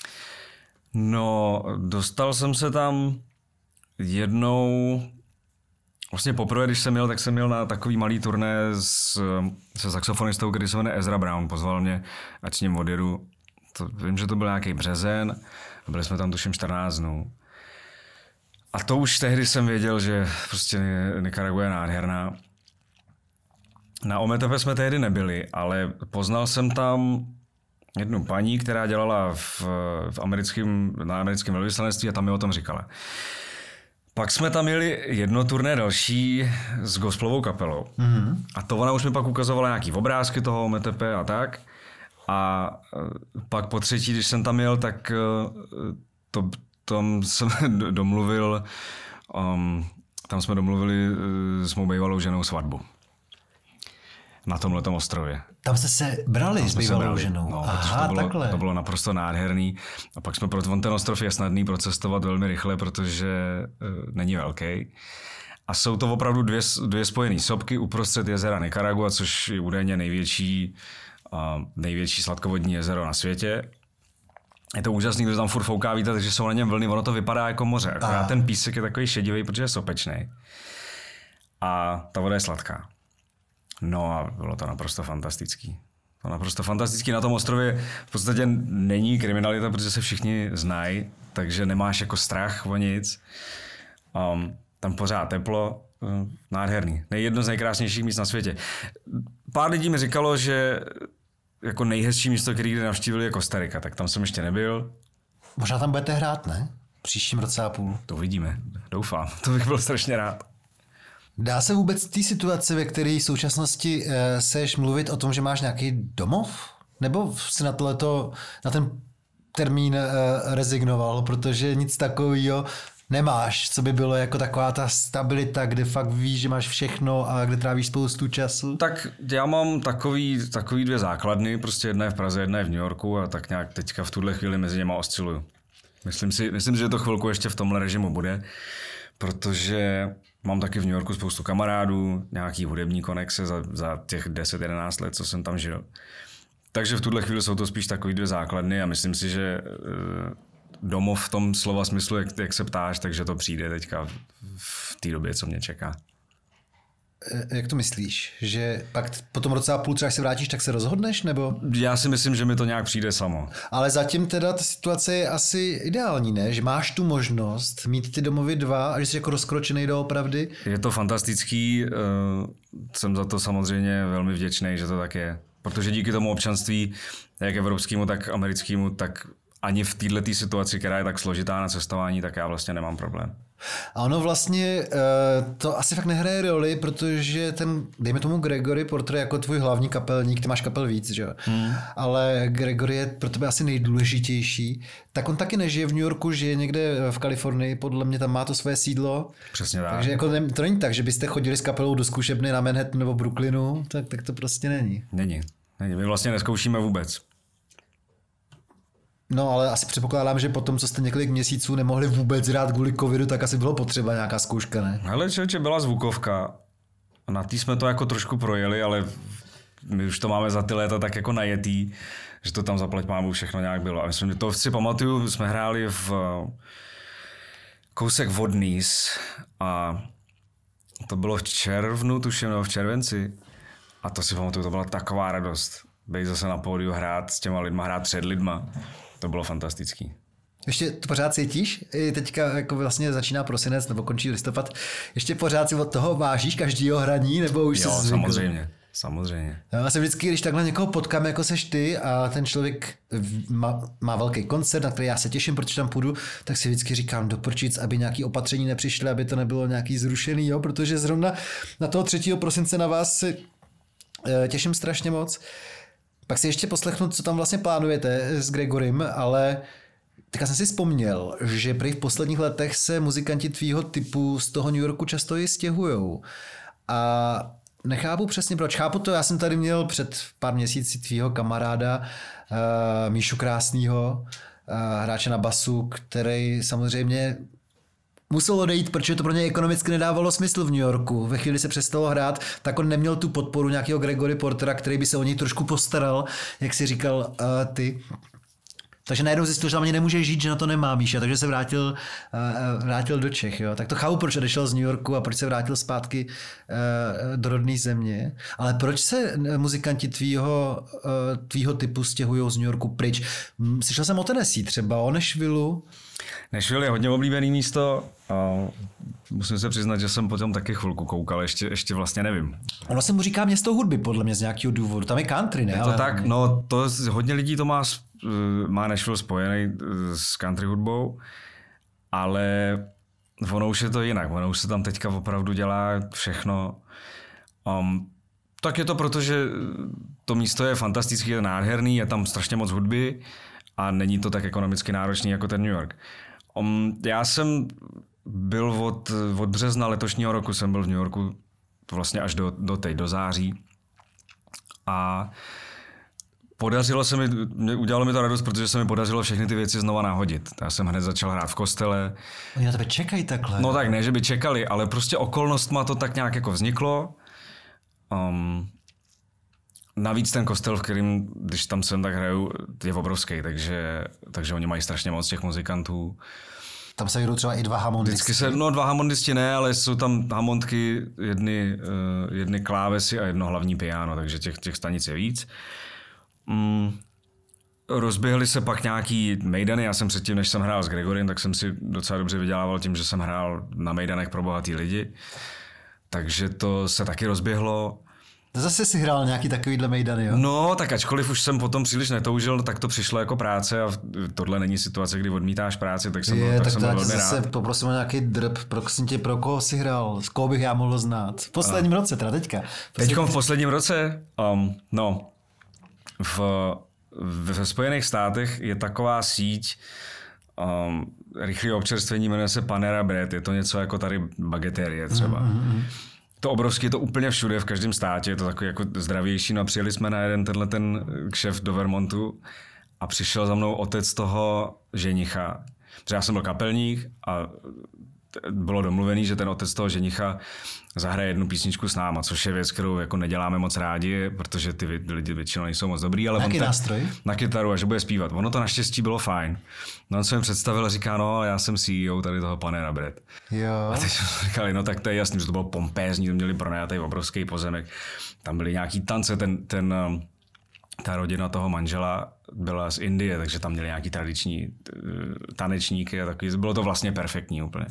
No, dostal jsem se tam jednou, vlastně poprvé, když jsem jel, tak jsem jel na takový malý turné se saxofonistou, který se jmenuje Ezra Brown. Pozval mě, ať s ním odjedu. Vím, že to byl nějaký březen, byli jsme tam tuším 14 dnů. A to už tehdy jsem věděl, že prostě Nikaragua je nádherná. Na Ometepe jsme tehdy nebyli, ale poznal jsem tam jednu paní, která dělala na americkém velvyslanectví a tam mi o tom říkala. Pak jsme tam jeli jedno turné další s gospelovou kapelou. Mm-hmm. A to ona už mi pak ukazovala nějaký obrázky toho Ometepe a tak. A pak po třetí, když jsem tam jel, tak tam jsem domluvil, tam jsme domluvili s mou bývalou ženou svatbu. Na tomhletom ostrově. Tam jste se brali s bývalou ženou. No, aha, to bylo naprosto nádherný. A pak jsme ten ostrov je snadný procestovat velmi rychle, protože není velký. A jsou to opravdu dvě spojené sopky uprostřed jezera Nikaragua, což je údajně největší sladkovodní jezero na světě. Je to úžasný, když tam furt fouká vítr, takže jsou na něm vlny, ono to vypadá jako moře. Akorát ten písek je takový šedivý, protože je sopečný. A ta voda je sladká. No a bylo to naprosto fantastický. Na tom ostrově v podstatě není kriminalita, protože se všichni znají, takže nemáš jako strach o nic. Tam pořád teplo, nádherný. Jedno z nejkrásnějších míst na světě. Pár lidí mi říkalo, že jako nejhezčí místo, který navštívili, je Kostarika, tak tam jsem ještě nebyl. Možná tam budete hrát, ne? Příštím roce a půl. To uvidíme, doufám. To bych byl strašně rád. Dá se vůbec té situace, ve které v současnosti seš mluvit o tom, že máš nějaký domov? Nebo si na ten termín rezignoval, protože nic takového nemáš, co by bylo jako taková ta stabilita, kde fakt víš, že máš všechno a kde trávíš spoustu času? Tak já mám takový dvě základny, prostě jedna je v Praze, jedna je v New Yorku a tak nějak teďka v tuhle chvíli mezi něma osciluju. Myslím si, že to chvilku ještě v tomhle režimu bude, protože mám taky v New Yorku spoustu kamarádů, nějaký hudební konexe za těch 10-11 let, co jsem tam žil. Takže v tuhle chvíli jsou to spíš takový dvě základny a myslím si, že domov v tom slova smyslu, jak se ptáš, takže to přijde teďka v té době, co mě čeká. Jak to myslíš? Že pak po tom roce a půl třeba, až se vrátíš, tak se rozhodneš, nebo? Já si myslím, že mi to nějak přijde samo. Ale zatím teda ta situace je asi ideální, ne? Že máš tu možnost mít ty domovy 2 a že jsi jako rozkročený doopravdy. Je to fantastický, jsem za to samozřejmě velmi vděčný, že to tak je. Protože díky tomu občanství, jak evropskému, tak americkému, tak ani v této situaci, která je tak složitá na cestování, tak já vlastně nemám problém. A ono vlastně to asi fakt nehraje roli, protože ten, dejme tomu Gregory Porter jako tvůj hlavní kapelník, ty máš kapel víc, že jo? Ale Gregory je pro tebe asi nejdůležitější. Tak on taky nežije v New Yorku, žije někde v Kalifornii, podle mě tam má to své sídlo. Přesně tak. Takže jako to není tak, že byste chodili s kapelou do zkušebny na Manhattan nebo Brooklynu, tak to prostě není. Není. My vlastně neskoušíme vůbec. No, ale asi předpokládám, že potom, co jste několik měsíců nemohli vůbec hrát kvůli covidu, tak asi bylo potřeba nějaká zkouška, ne? Hele, člověče, byla zvukovka. Na té jsme to jako trošku projeli, ale my už to máme za ty léta tak jako najetý, že to tam zaplať mámu všechno nějak bylo. A myslím, to si pamatuju, jsme hráli v kousek Vodnýs a to bylo v červnu, tuším, nebo v červenci. A to si pamatuju, to byla taková radost. Být zase na pódiu, hrát s těma lidma, hrát před lidma. To bylo fantastický. Ještě to pořád cítíš? I teďka jako vlastně začíná prosinec nebo končí listopad. Ještě pořád si od toho vážíš každýho hraní? Nebo už jo, samozřejmě. Já se vždycky, když takhle někoho potkám, jako seš ty a ten člověk má velký koncert, na který já se těším, protože tam půjdu, tak si vždycky říkám do prčic, aby nějaké opatření nepřišly, aby to nebylo nějaký zrušený, jo? Protože zrovna na toho 3. prosince na vás si těším strašně moc. Pak si ještě poslechnu, co tam vlastně plánujete s Gregorym, ale teďka jsem si vzpomněl, že prý v posledních letech se muzikanti tvýho typu z toho New Yorku často i stěhujou. A nechápu přesně proč. Chápu to, já jsem tady měl před pár měsíci tvýho kamaráda Míšu Krásnýho, hráče na basu, který samozřejmě musel odejít, protože to pro něj ekonomicky nedávalo smysl v New Yorku. Ve chvíli se přestalo hrát, tak on neměl tu podporu nějakého Gregory Portera, který by se o něj trošku postaral, jak si říkal ty. Takže najednou zjistil, že tam ani nemůže žít, že na to nemá Míša, takže se vrátil do Čech. Jo. Tak to chápu, proč odešel z New Yorku a proč se vrátil zpátky do rodné země. Ale proč se muzikanti tvýho typu stěhují z New Yorku pryč? Slyšel jsem o Tennessee třeba, o Nashvilleu. Nashville je hodně oblíbený místo a musím se přiznat, že jsem potom taky chvilku koukal, ještě vlastně nevím. Ono se mu říká město hudby, podle mě z nějakého důvodu. Tam je country, ne? Je to tak, no to hodně lidí to má Nashville spojený s country hudbou, ale ono už je to jinak, ono už se tam teďka opravdu dělá všechno. Tak je to proto, že to místo je fantastický, je nádherný, je tam strašně moc hudby a není to tak ekonomicky náročný jako ten New York. Já jsem byl od března letošního roku, jsem byl v New Yorku vlastně až do září a udělalo mi to radost, protože se mi podařilo všechny ty věci znova nahodit. Já jsem hned začal hrát v kostele. Oni na tebe čekají takhle. No tak ne, že by čekali, ale prostě okolnostma to tak nějak jako vzniklo. Navíc ten kostel, v kterým, když tam jsem, tak hraju, je obrovský, takže oni mají strašně moc těch muzikantů. Tam se jdou třeba i dva hamondisti. Dva hamondisti ne, ale jsou tam hamondky, jedny klávesy a jedno hlavní piano, takže těch stanic je víc. Rozběhly se pak nějaký mejdany, já jsem předtím, než jsem hrál s Gregorem, tak jsem si docela dobře vydělával tím, že jsem hrál na mejdanech pro bohatý lidi. Takže to se taky rozběhlo. Zase si hrál nějaký takovýhle mejdany, jo? No, tak ačkoliv už jsem potom příliš netoužil, tak to přišlo jako práce a tohle není situace, kdy odmítáš práci, tak jsem byl velmi rád. Poprosím o nějaký drb, pro koho jsi hrál, z koho bych já mohl znát. V posledním roce, teda teďka. Teďkom v posledním roce? Ve Spojených státech je taková síť rychlého občerstvení, jmenuje se Panera Bread, je to něco jako tady bageterie třeba. To obrovský, je to úplně všude, v každém státě, je to takový jako zdravější. No a přijeli jsme na ten kšeft do Vermontu a přišel za mnou otec toho ženicha. Protože já jsem byl kapelník a bylo domluvený, že ten otec toho ženicha zahraje jednu písničku s náma, což je věc, kterou jako neděláme moc rádi, protože ty lidi většinou nejsou moc dobrý. Ale jaký nástroj? Na kytaru a že bude zpívat. Ono to naštěstí bylo fajn. No on se mi představil a říká, no já jsem CEO tady toho Panera Bread. Jo. A teď jsme říkali, no tak to je jasný, že to bylo pompézní, to měli pronajatý obrovský pozemek. Tam byly nějaký tance, ta rodina toho manžela byla z Indie, takže tam měli nějaký tradiční tanečníky a takový. Bylo to vlastně perfektní úplně.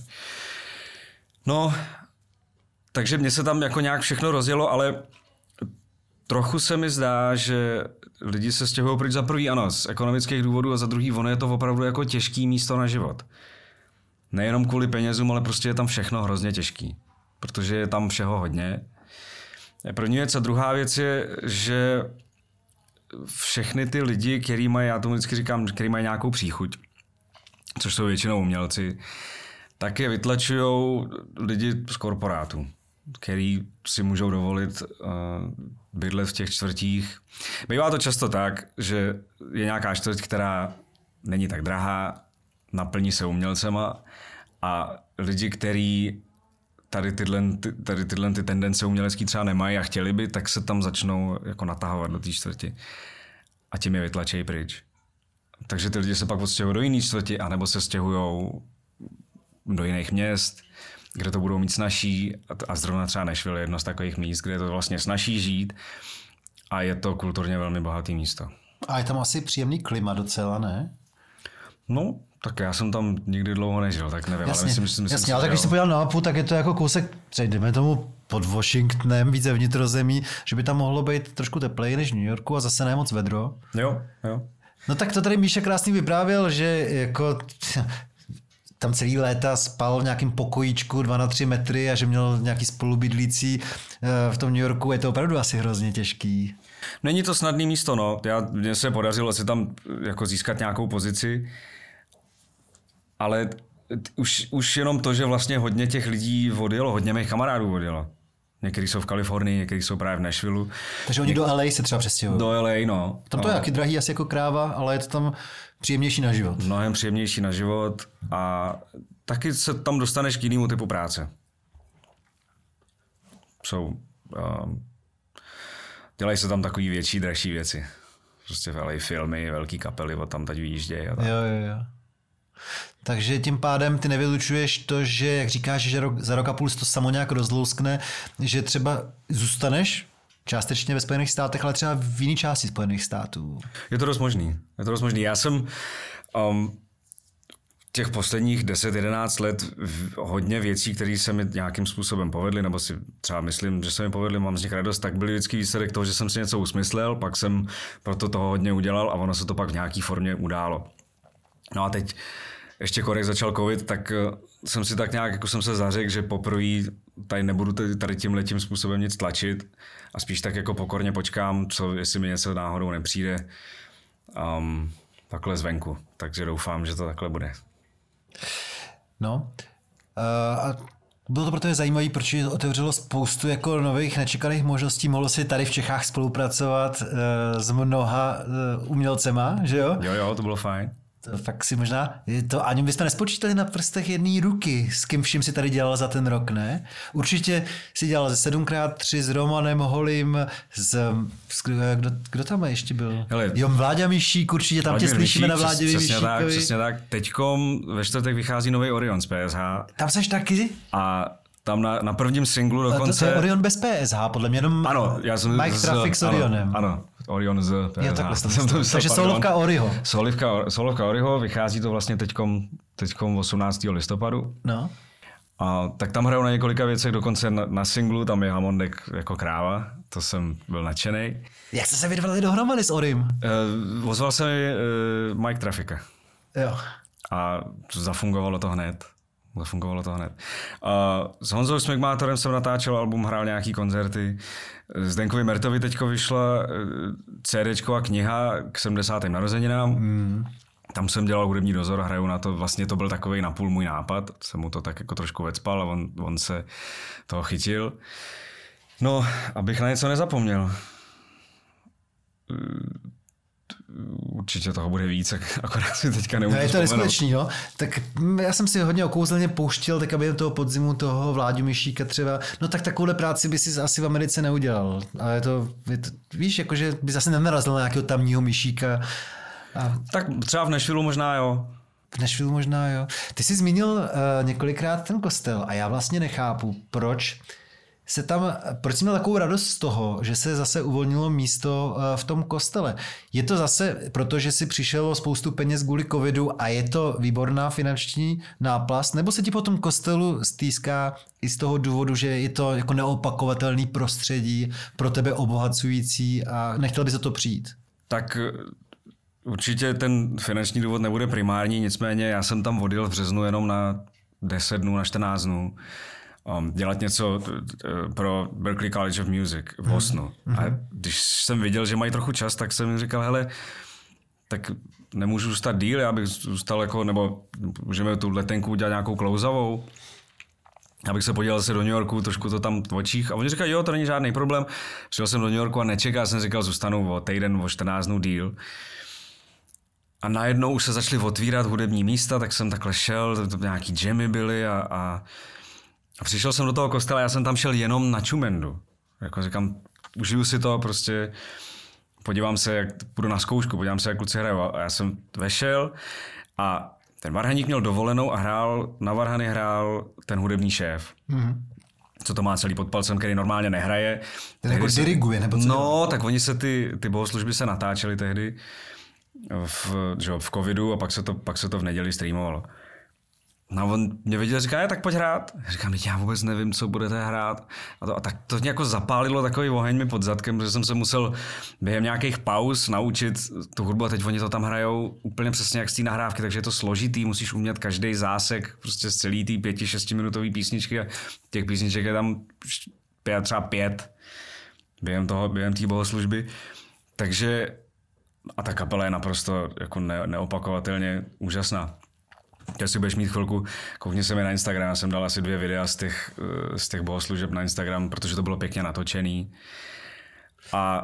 No, takže mně se tam jako nějak všechno rozjelo, ale trochu se mi zdá, že lidi se stěhují pryč za prvý, ano, z ekonomických důvodů a za druhý, ono je to opravdu jako těžký místo na život. Nejenom kvůli penězům, ale prostě je tam všechno hrozně těžký, protože je tam všeho hodně. První věc a druhá věc je, že všechny ty lidi, který mají, já tomu vždycky říkám, který mají nějakou příchuť, což jsou většinou umělci, tak je vytlačujou lidi z korporátů, který si můžou dovolit bydlet v těch čtvrtích. Bývá to často tak, že je nějaká čtvrť, která není tak drahá, naplní se umělcema a lidi, kteří tady tyhle tendence umělecký třeba nemají a chtěli by, tak se tam začnou jako natahovat do té čtvrti a tím je vytlačejí pryč. Takže ty lidi se pak odstěhují do jiné čtvrti anebo se stěhují do jiných měst, kde to budou mít snazší a zrovna třeba Nashville je jedno z takových míst, kde je to vlastně snazší žít a je to kulturně velmi bohatý místo. A je tam asi příjemný klima docela, ne? No, tak já jsem tam nikdy dlouho nežil, tak nevím. Jasně, ale myslím, ale tak když se podívám na mapu, tak je to jako kousek, dejme tomu pod Washingtonem, více vnitrozemí, že by tam mohlo být trošku tepleji než v New Yorku a zase ne moc vedro. Jo. No tak to tady Míša krásný vyprávěl, že jako tam celý léta spal v nějakém pokojíčku 2x3 metry a že měl nějaký spolubydlící v tom New Yorku. Je to opravdu asi hrozně těžký. Není to snadný místo, no. Mně se podařilo si tam jako získat nějakou pozici, ale už jenom to, že vlastně hodně těch lidí odjelo, hodně mých kamarádů odjelo. Někteří jsou v Kalifornii, někteří jsou právě v Nashvilleu. Takže oni do LA se třeba přestěhují. Do LA, no. Tam to je taky drahý asi jako kráva, ale je to tam Příjemnější na život. Mnohem příjemnější na život a taky se tam dostaneš k jinému typu práce. Dělají se tam takový větší, dražší věci. Prostě velké filmy, velký kapely od tam teď vyjíždějí. Jo. Takže tím pádem ty nevylučuješ to, že, jak říkáš, že za rok a půl to samo nějak rozlouskne, že třeba zůstaneš částečně ve Spojených státech, ale třeba v jiné části Spojených států. Je to dost možný. Já jsem těch posledních 10-11 let hodně věcí, které se mi nějakým způsobem povedly, nebo si třeba myslím, že se mi povedly, mám z nich radost, tak byly vždycky výsledek toho, že jsem si něco usmyslel, pak jsem proto toho hodně udělal a ono se to pak v nějaké formě událo. No a teď ještě korek začal covid, tak jsem si tak nějak, jako jsem se zařekl, že poprvé tady nebudu tady tímhletím způsobem nic tlačit a spíš tak jako pokorně počkám, jestli mi něco náhodou nepřijde takhle zvenku. Takže doufám, že to takhle bude. No, a bylo to pro tebe zajímavé, protože to otevřelo spoustu jako nových nečekaných možností. Mohlo si tady v Čechách spolupracovat s mnoha umělcema, že jo? Jo, to bylo fajn. To fakt si možná, ani byste nespočítali na prstech jedné ruky, s kým vším si tady dělal za ten rok, ne? Určitě si dělal ze 7x3 s Romanem Holim, kdo tam ještě byl? Hele, jo, Vláďa Mišík, určitě tam tě slyšíme na Vládě Mišíkovi. Přesně tak. Teďkom ve čtvrtek vychází nový Orion z PSH. Tam seš taky? A tam na prvním singlu dokonce... To je Orion bez PSH, podle mě jenom ano, já jsem Mike Traffic s Orionem. Ano, Orion z PSH. Jo, takhle jsem to myslel, takže solovka Oriho. Solovka Oriho, vychází to vlastně teďkom 18. listopadu. No. A tak tam hrajou na několika věcech, dokonce na singlu, tam je Hamondek jako kráva, to jsem byl nadšenej. Jak jste se vydvali dohromady s Orim? Ozval se mi Mike Traffica. Jo. A zafungovalo to hned. S Honzou Smigmátorem jsem natáčel album, hrál nějaký koncerty. Zdenkovi Mertovi teďko vyšla CDčko a kniha k 70. narozeninám. Tam jsem dělal hudební dozor, hraju na to, vlastně to byl takovej napůl můj nápad, jsem mu to tak jako trošku vecpal a on se toho chytil. No, abych na něco nezapomněl. Určitě toho bude víc, akorát si teďka nemůžu vzpomenout. Je to neskutečný, no. Tak já jsem si hodně okouzelně pouštěl, tak aby toho podzimu toho Vláďu Mišíka třeba, no tak takovouhle práci by si asi v Americe neudělal. A je to víš, jakože by zase nenarazil na nějakého tamního Mišíka. Tak třeba v Nashvilleu možná jo. Ty jsi zmínil několikrát ten kostel a já vlastně nechápu, proč jsi měl takovou radost z toho, že se zase uvolnilo místo v tom kostele. Je to zase proto, že si přišel o spoustu peněz kvůli covidu a je to výborná finanční náplast, nebo se ti po tom kostelu stýská i z toho důvodu, že je to jako neopakovatelný prostředí, pro tebe obohacující a nechtěl bys o to přijít? Tak určitě ten finanční důvod nebude primární, nicméně já jsem tam odjel v březnu jenom na 10 dnů, na 14 dnů. Dělat něco pro Berklee College of Music v Bostonu. A když jsem viděl, že mají trochu čas, tak jsem říkal, hele, tak nemůžu zůstat díl, já bych zůstal jako, nebo můžeme tu letenku udělat nějakou klouzavou. Abych se podíval se do New Yorku, trošku to tam v očích. A oni říkali, jo, to není žádný problém. Přijel jsem do New Yorku a nečekal jsem, říkal, zůstanu o týden, o 14 dnů díl. A najednou už se začaly otvírat hudební místa, tak jsem takhle šel, nějaký jammy byly a přišel jsem do toho kostela, já jsem tam šel jenom na čumendu. Jako říkám, užiju si to, prostě podívám se, jak půjdu na zkoušku, podívám se, jak kluci hrajou. A já jsem vešel a ten varhaník měl dovolenou a na varhany hrál ten hudební šéf. Co to má celý pod palcem, který normálně nehraje. Ten jako diriguje, nebo co? No, tak oni se ty bohoslužby se natáčely tehdy v covidu a pak se to v neděli streamovalo. No on mě viděl, říká, tak pojď hrát. Říkám, já vůbec nevím, co budete hrát. A tak to mě jako zapálilo takový oheň mi pod zadkem, protože jsem se musel během nějakých pauz naučit tu hudbu a teď oni to tam hrajou úplně přesně jak z té nahrávky, takže je to složitý, musíš umět každý zásek prostě z celý té 5-6 minutový písničky a těch písniček je tam třeba 5 během té bohoslužby. Takže a ta kapela je naprosto jako neopakovatelně úžasná. Jestli budeš mít chvilku, koukni se mi na Instagram, já jsem dal asi 2 videa z těch bohoslužeb na Instagram, protože to bylo pěkně natočený. A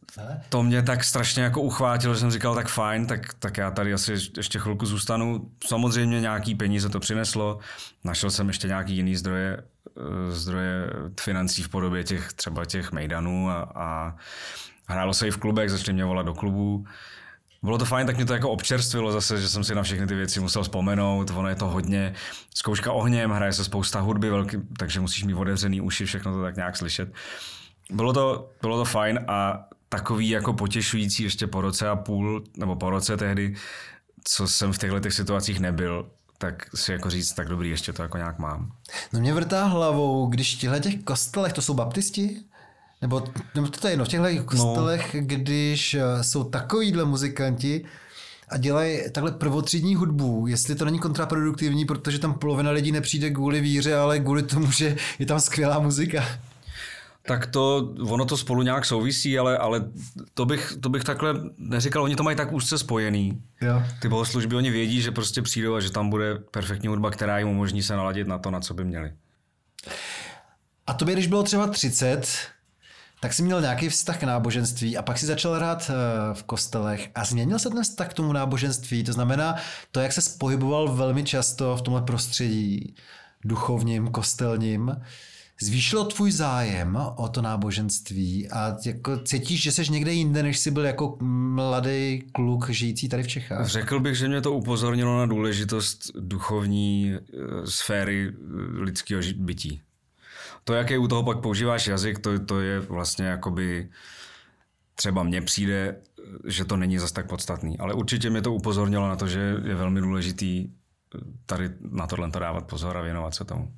to mě tak strašně jako uchvátilo, že jsem říkal, tak fajn, tak já tady asi ještě chvilku zůstanu. Samozřejmě nějaký peníze to přineslo, našel jsem ještě nějaký jiný zdroje financí v podobě třeba těch mejdanů a hrálo se i v klubech, začali mě volat do klubů. Bylo to fajn, tak mě to jako občerstvilo zase, že jsem si na všechny ty věci musel vzpomenout, ono je to hodně zkouška ohněm, hraje se spousta hudby, takže musíš mít otevřený uši, všechno to tak nějak slyšet. Bylo to fajn a takový jako potěšující ještě po roce a půl, nebo po roce tehdy, co jsem v těchto situacích nebyl, tak si jako říct, tak dobrý, ještě to jako nějak mám. No mě vrtá hlavou, když v těch kostelech, to jsou baptisti? Nebo to je jedno, v těchto kostelech, když jsou takovýhle muzikanti a dělají takhle prvotřídní hudbu, jestli to není kontraproduktivní, protože tam polovina lidí nepřijde kvůli víře, ale kvůli tomu, že je tam skvělá muzika. Tak ono to spolu nějak souvisí, ale to bych takhle neříkal, oni to mají tak úzce spojený. Jo. Ty bohoslužby, oni vědí, že prostě přijdou a že tam bude perfektní hudba, která jim umožní se naladit na to, na co by měli. A tobě, když bylo třeba 30, tak jsi měl nějaký vztah k náboženství a pak si začal hrát v kostelech a změnil se ten vztah k tomu náboženství. To znamená to, jak se pohyboval velmi často v tomhle prostředí duchovním, kostelním, zvýšilo tvůj zájem o to náboženství a jako cítíš, že jsi někde jinde, než jsi byl jako mladý kluk žijící tady v Čechách? Řekl bych, že mě to upozornilo na důležitost duchovní sféry lidského bytí. To, jaký u toho pak používáš jazyk, to je vlastně jakoby třeba mně přijde, že to není zas tak podstatný. Ale určitě mě to upozornilo na to, že je velmi důležitý tady na tohle dávat pozor a věnovat se tomu.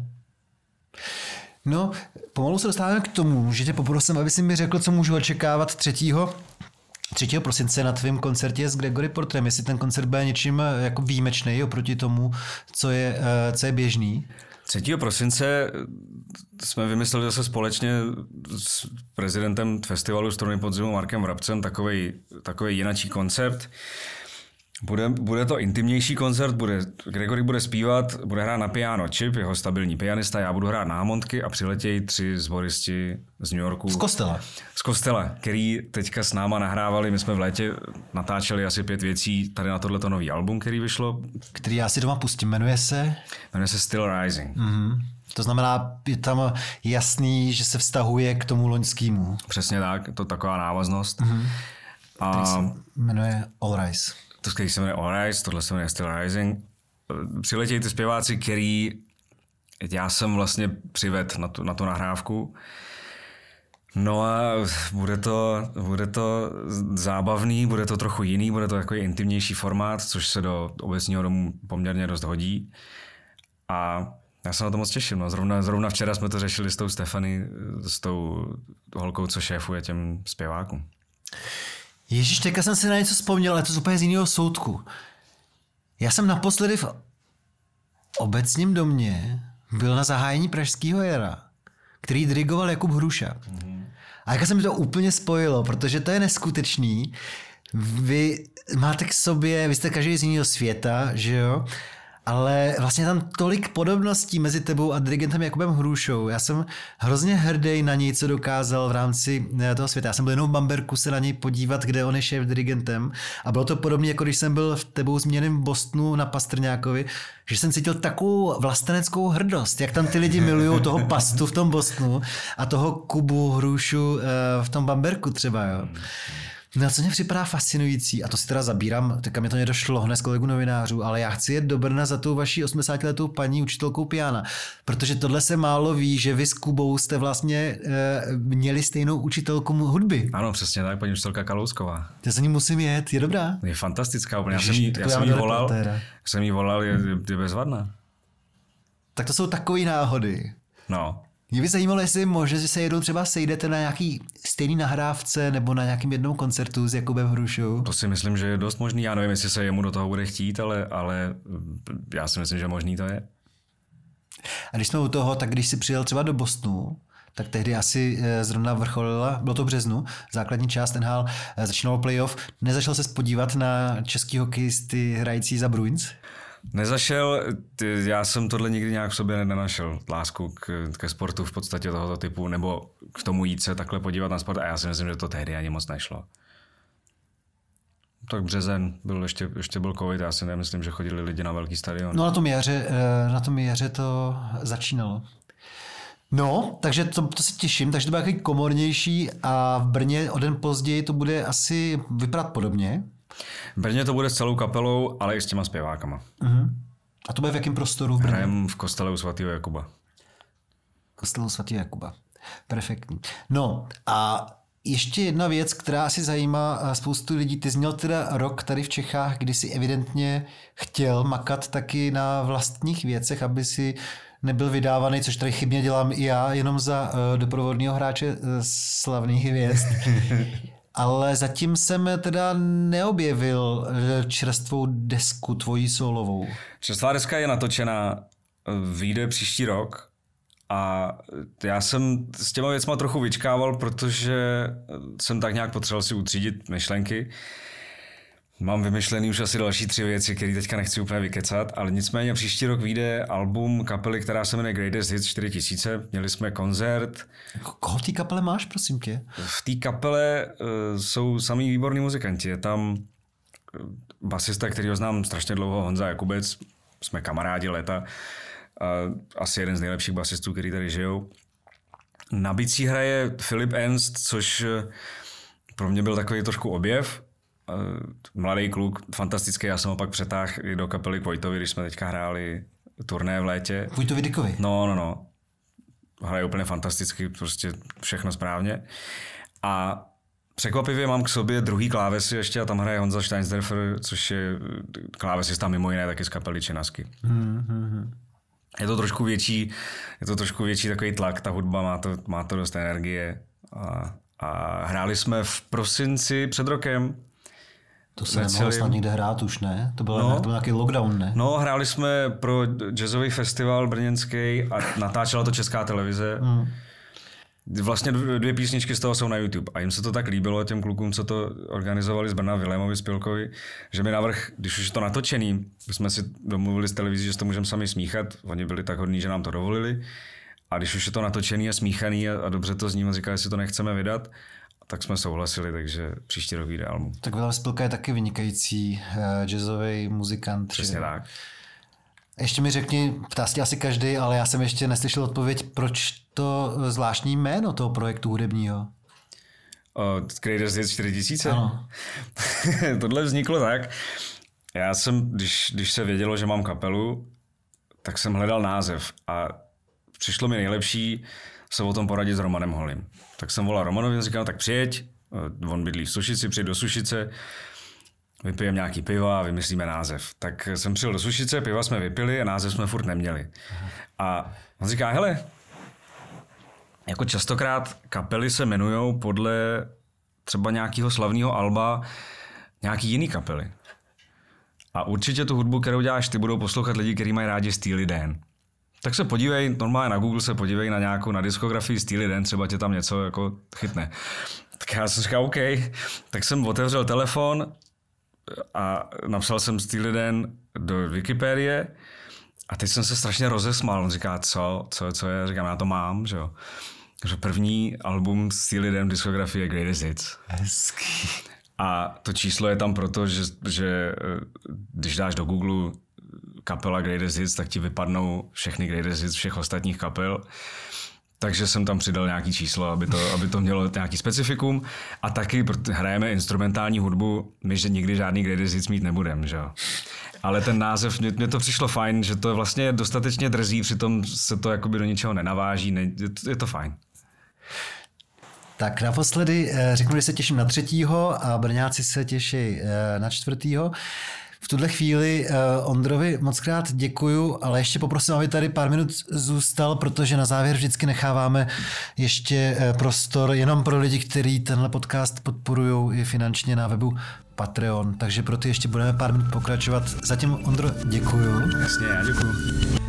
No, pomalu se dostáváme k tomu, že tě poprosím, aby si mi řekl, co můžu očekávat 3. prosince na tvém koncertě s Gregory Porterem, jestli ten koncert bude něčím jako výjimečný oproti tomu, co je běžný. 3. prosince jsme vymysleli zase společně s prezidentem festivalu Struny podzimu Markem Vrabcem takový jinačí koncert. Bude to intimnější koncert, Gregory bude zpívat, bude hrát na piano Chip, jeho stabilní pianista, já budu hrát na hamontky a přiletějí 3 sboristi z New Yorku. Z kostela, který teďka s náma nahrávali, my jsme v létě natáčeli asi 5 věcí tady na tohleto nový album, který vyšlo. Který já si doma pustím, jmenuje se Still Rising. Mm-hmm. To znamená, je tam jasný, že se vztahuje k tomu loňskému. Přesně tak, to taková návaznost. Mm-hmm. Který se jmenuje All Rise. Který se jmenuje All Rise, tohle se jmenuje Still Rising. Přiletějí ty zpěváci, který já jsem vlastně přivedl na tu nahrávku. No a bude to zábavný, bude to trochu jiný, bude to takový intimnější formát, což se do obecního domu poměrně dost hodí. A já se na to moc těším. No. Zrovna včera jsme to řešili s tou Stefany, s tou holkou, co šéfuje těm zpěvákům. Ježíš, teďka jsem si na něco vzpomněl, ale to z úplně z jiného soudku. Já jsem naposledy v obecním domě byl na zahájení Pražského jara, který dirigoval Jakub Hruša. Mm-hmm. A jak se mi to úplně spojilo, protože to je neskutečný. Vy máte k sobě, vy jste každý z jiného světa, že jo? Ale vlastně tam tolik podobností mezi tebou a dirigentem Jakubem Hrušou. Já jsem hrozně hrdý na něj, co dokázal v rámci toho světa. Já jsem byl jenom v Bamberku se na něj podívat, kde on je šéf dirigentem. A bylo to podobně, jako když jsem byl v tebou zmíněném Bostonu na Pastrňákovi, že jsem cítil takovou vlasteneckou hrdost, jak tam ty lidi milujou toho Pastu v tom Bostonu a toho Kubu Hrušu v tom Bamberku třeba, jo. No, co mě připadá fascinující, a to si teda zabírám, teďka mi to nedošlo hned z kolegu novinářů, ale já chci jet do Brna za tou vaší 80letou paní učitelkou piana, protože tohle se málo ví, že vy s Kubou jste vlastně měli stejnou učitelku hudby. Ano, přesně tak, paní učitelka Kalousková. Já za ní musím jet, je dobrá. Je fantastická, úplně. Já jsem jí volal, je bezvadná. Tak to jsou takové náhody. No. Mě by zajímalo, jestli možná, že se jednou třeba sejdete na nějaký stejný nahrávce nebo na nějakým jednou koncertu s Jakubem Hrušou. To si myslím, že je dost možný. Já nevím, jestli se jemu do toho bude chtít, ale já si myslím, že možný to je. A když jsme u toho, tak když jsi přijel třeba do Bostonu, tak tehdy asi zrovna vrcholila, bylo to v březnu, základní část NHL, začínalo playoff. Nezačal ses podívat na český hokejisty hrající za Bruins? Nezašel, já jsem tohle nikdy nějak v sobě nenašel, lásku ke sportu v podstatě tohoto typu, nebo k tomu jít se takhle podívat na sport a já si myslím, že to tehdy ani moc nešlo. Tak březen, ještě byl covid, já si nemyslím, že chodili lidi na velký stadion. No na tom jaře to začínalo. No, takže to se těším, takže to bude takový komornější a v Brně o den později to bude asi vypadat podobně. V Brně to bude s celou kapelou, ale i s těma zpěvákama. Uh-huh. A to bude v jakém prostoru v Brně? Hrajem v kostele u svatého Jakuba. Kostelu svatého Jakuba. Perfektní. No a ještě jedna věc, která asi zajímá spoustu lidí. Ty jsi měl teda rok tady v Čechách, kdy jsi evidentně chtěl makat taky na vlastních věcech, aby si nebyl vydávaný, což tady chybně dělám i já, jenom za doprovodného hráče slavných hvězd. Ale zatím jsem teda neobjevil čerstvou desku tvojí solovou. Čerstvá deska je natočená, vyjde příští rok a já jsem s těma věcma trochu vyčkával, protože jsem tak nějak potřeboval si utřídit myšlenky. Mám vymyšlený už asi další 3 věci, které teďka nechci úplně vykecat, ale nicméně příští rok vyjde album kapely, která se jmenuje Greatest Hits 4000. Měli jsme koncert. Koho v té kapele máš, prosím tě? V té kapele jsou samý výborní muzikanti. Je tam basista, kterýho znám strašně dlouho, Honza Jakubec. Jsme kamarádi léta. Asi jeden z nejlepších basistů, který tady žijou. Na bicí hraje Filip Ernst, což pro mě byl takový trošku objev. Mladý kluk, fantastický, já jsem ho pak přetáhl i do kapely k Vojtovi, když jsme teďka hráli turné v létě. Vojtovi Dykovi? No. Hraje úplně fantasticky, prostě všechno správně. A překvapivě mám k sobě druhý klávesy ještě a tam hraje Honza Steinsdorfer, což je klávesista mimo jiné taky z kapely Činasky. Je to trošku větší takový tlak, ta hudba má to dost energie a hráli jsme v prosinci před rokem. To se nemohlo snad někde hrát už, ne? To byl nějaký lockdown, ne? No, hráli jsme pro jazzový festival brněnský a natáčela to Česká televize. Vlastně 2 písničky z toho jsou na YouTube a jim se to tak líbilo těm klukům, co to organizovali z Brna, Vilémovi Spilkovi, že mi navrch, když už je to natočený, jsme si domluvili s televizí, že to můžeme sami smíchat, oni byli tak hodní, že nám to dovolili a když už je to natočený a smíchaný a dobře to zní, a říkali, že si to nechceme vydat, tak jsme souhlasili, takže příští rok vyjde album. Tak Vilém Spilka je taky vynikající jazzový muzikant. Přesně tak. Ještě mi řekni, ptá se asi každý, ale já jsem ještě neslyšel odpověď, proč to zvláštní jméno toho projektu hudebního? Greatest Hits 4000? Ano. Tohle vzniklo tak. Já jsem, když se vědělo, že mám kapelu, tak jsem hledal název a přišlo mi nejlepší se o tom poradit s Romanem Holym. Tak jsem volal Romanovi a říkal, tak přijeď, on bydlí v Sušici, přijeď do Sušice, vypijeme nějaký piva a vymyslíme název. Tak jsem přijel do Sušice, piva jsme vypili a název jsme furt neměli. A on říká, hele, jako častokrát kapely se jmenujou podle třeba nějakého slavného alba nějaký jiný kapely. A určitě tu hudbu, kterou děláš ty, budou poslouchat lidi, kteří mají rádi Steely Dan. Tak se podívej, normálně na Google se podívej na diskografii Steely Dan, třeba tě tam něco jako chytne. Tak já jsem říkal, OK, tak jsem otevřel telefon a napsal jsem Steely Dan do Wikipedie a teď jsem se strašně rozesmál. On říká, co je? Říkám, já to mám, že jo. Takže první album Steely Dan diskografie Greatest Hits. Hezký. A to číslo je tam proto, že když dáš do Google kapela Greatest Hits, tak ti vypadnou všechny Greatest Hits všech ostatních kapel. Takže jsem tam přidal nějaký číslo, aby to mělo nějaký specifikum. A taky hrajeme instrumentální hudbu, my že nikdy žádný Greatest Hits mít nebudem, že jo. Ale ten název, mně to přišlo fajn, že to je vlastně dostatečně drzí, přitom se to jakoby do ničeho nenaváží, je to fajn. Tak naposledy řeknu, že se těším na 3. a Brňáci se těší na 4. V tuhle chvíli Ondrovi mockrát děkuju, ale ještě poprosím, aby tady pár minut zůstal, protože na závěr vždycky necháváme ještě prostor jenom pro lidi, kteří tenhle podcast podporují i finančně na webu Patreon. Takže pro ty ještě budeme pár minut pokračovat. Zatím, Ondro, děkuju. Jasně, já děkuju.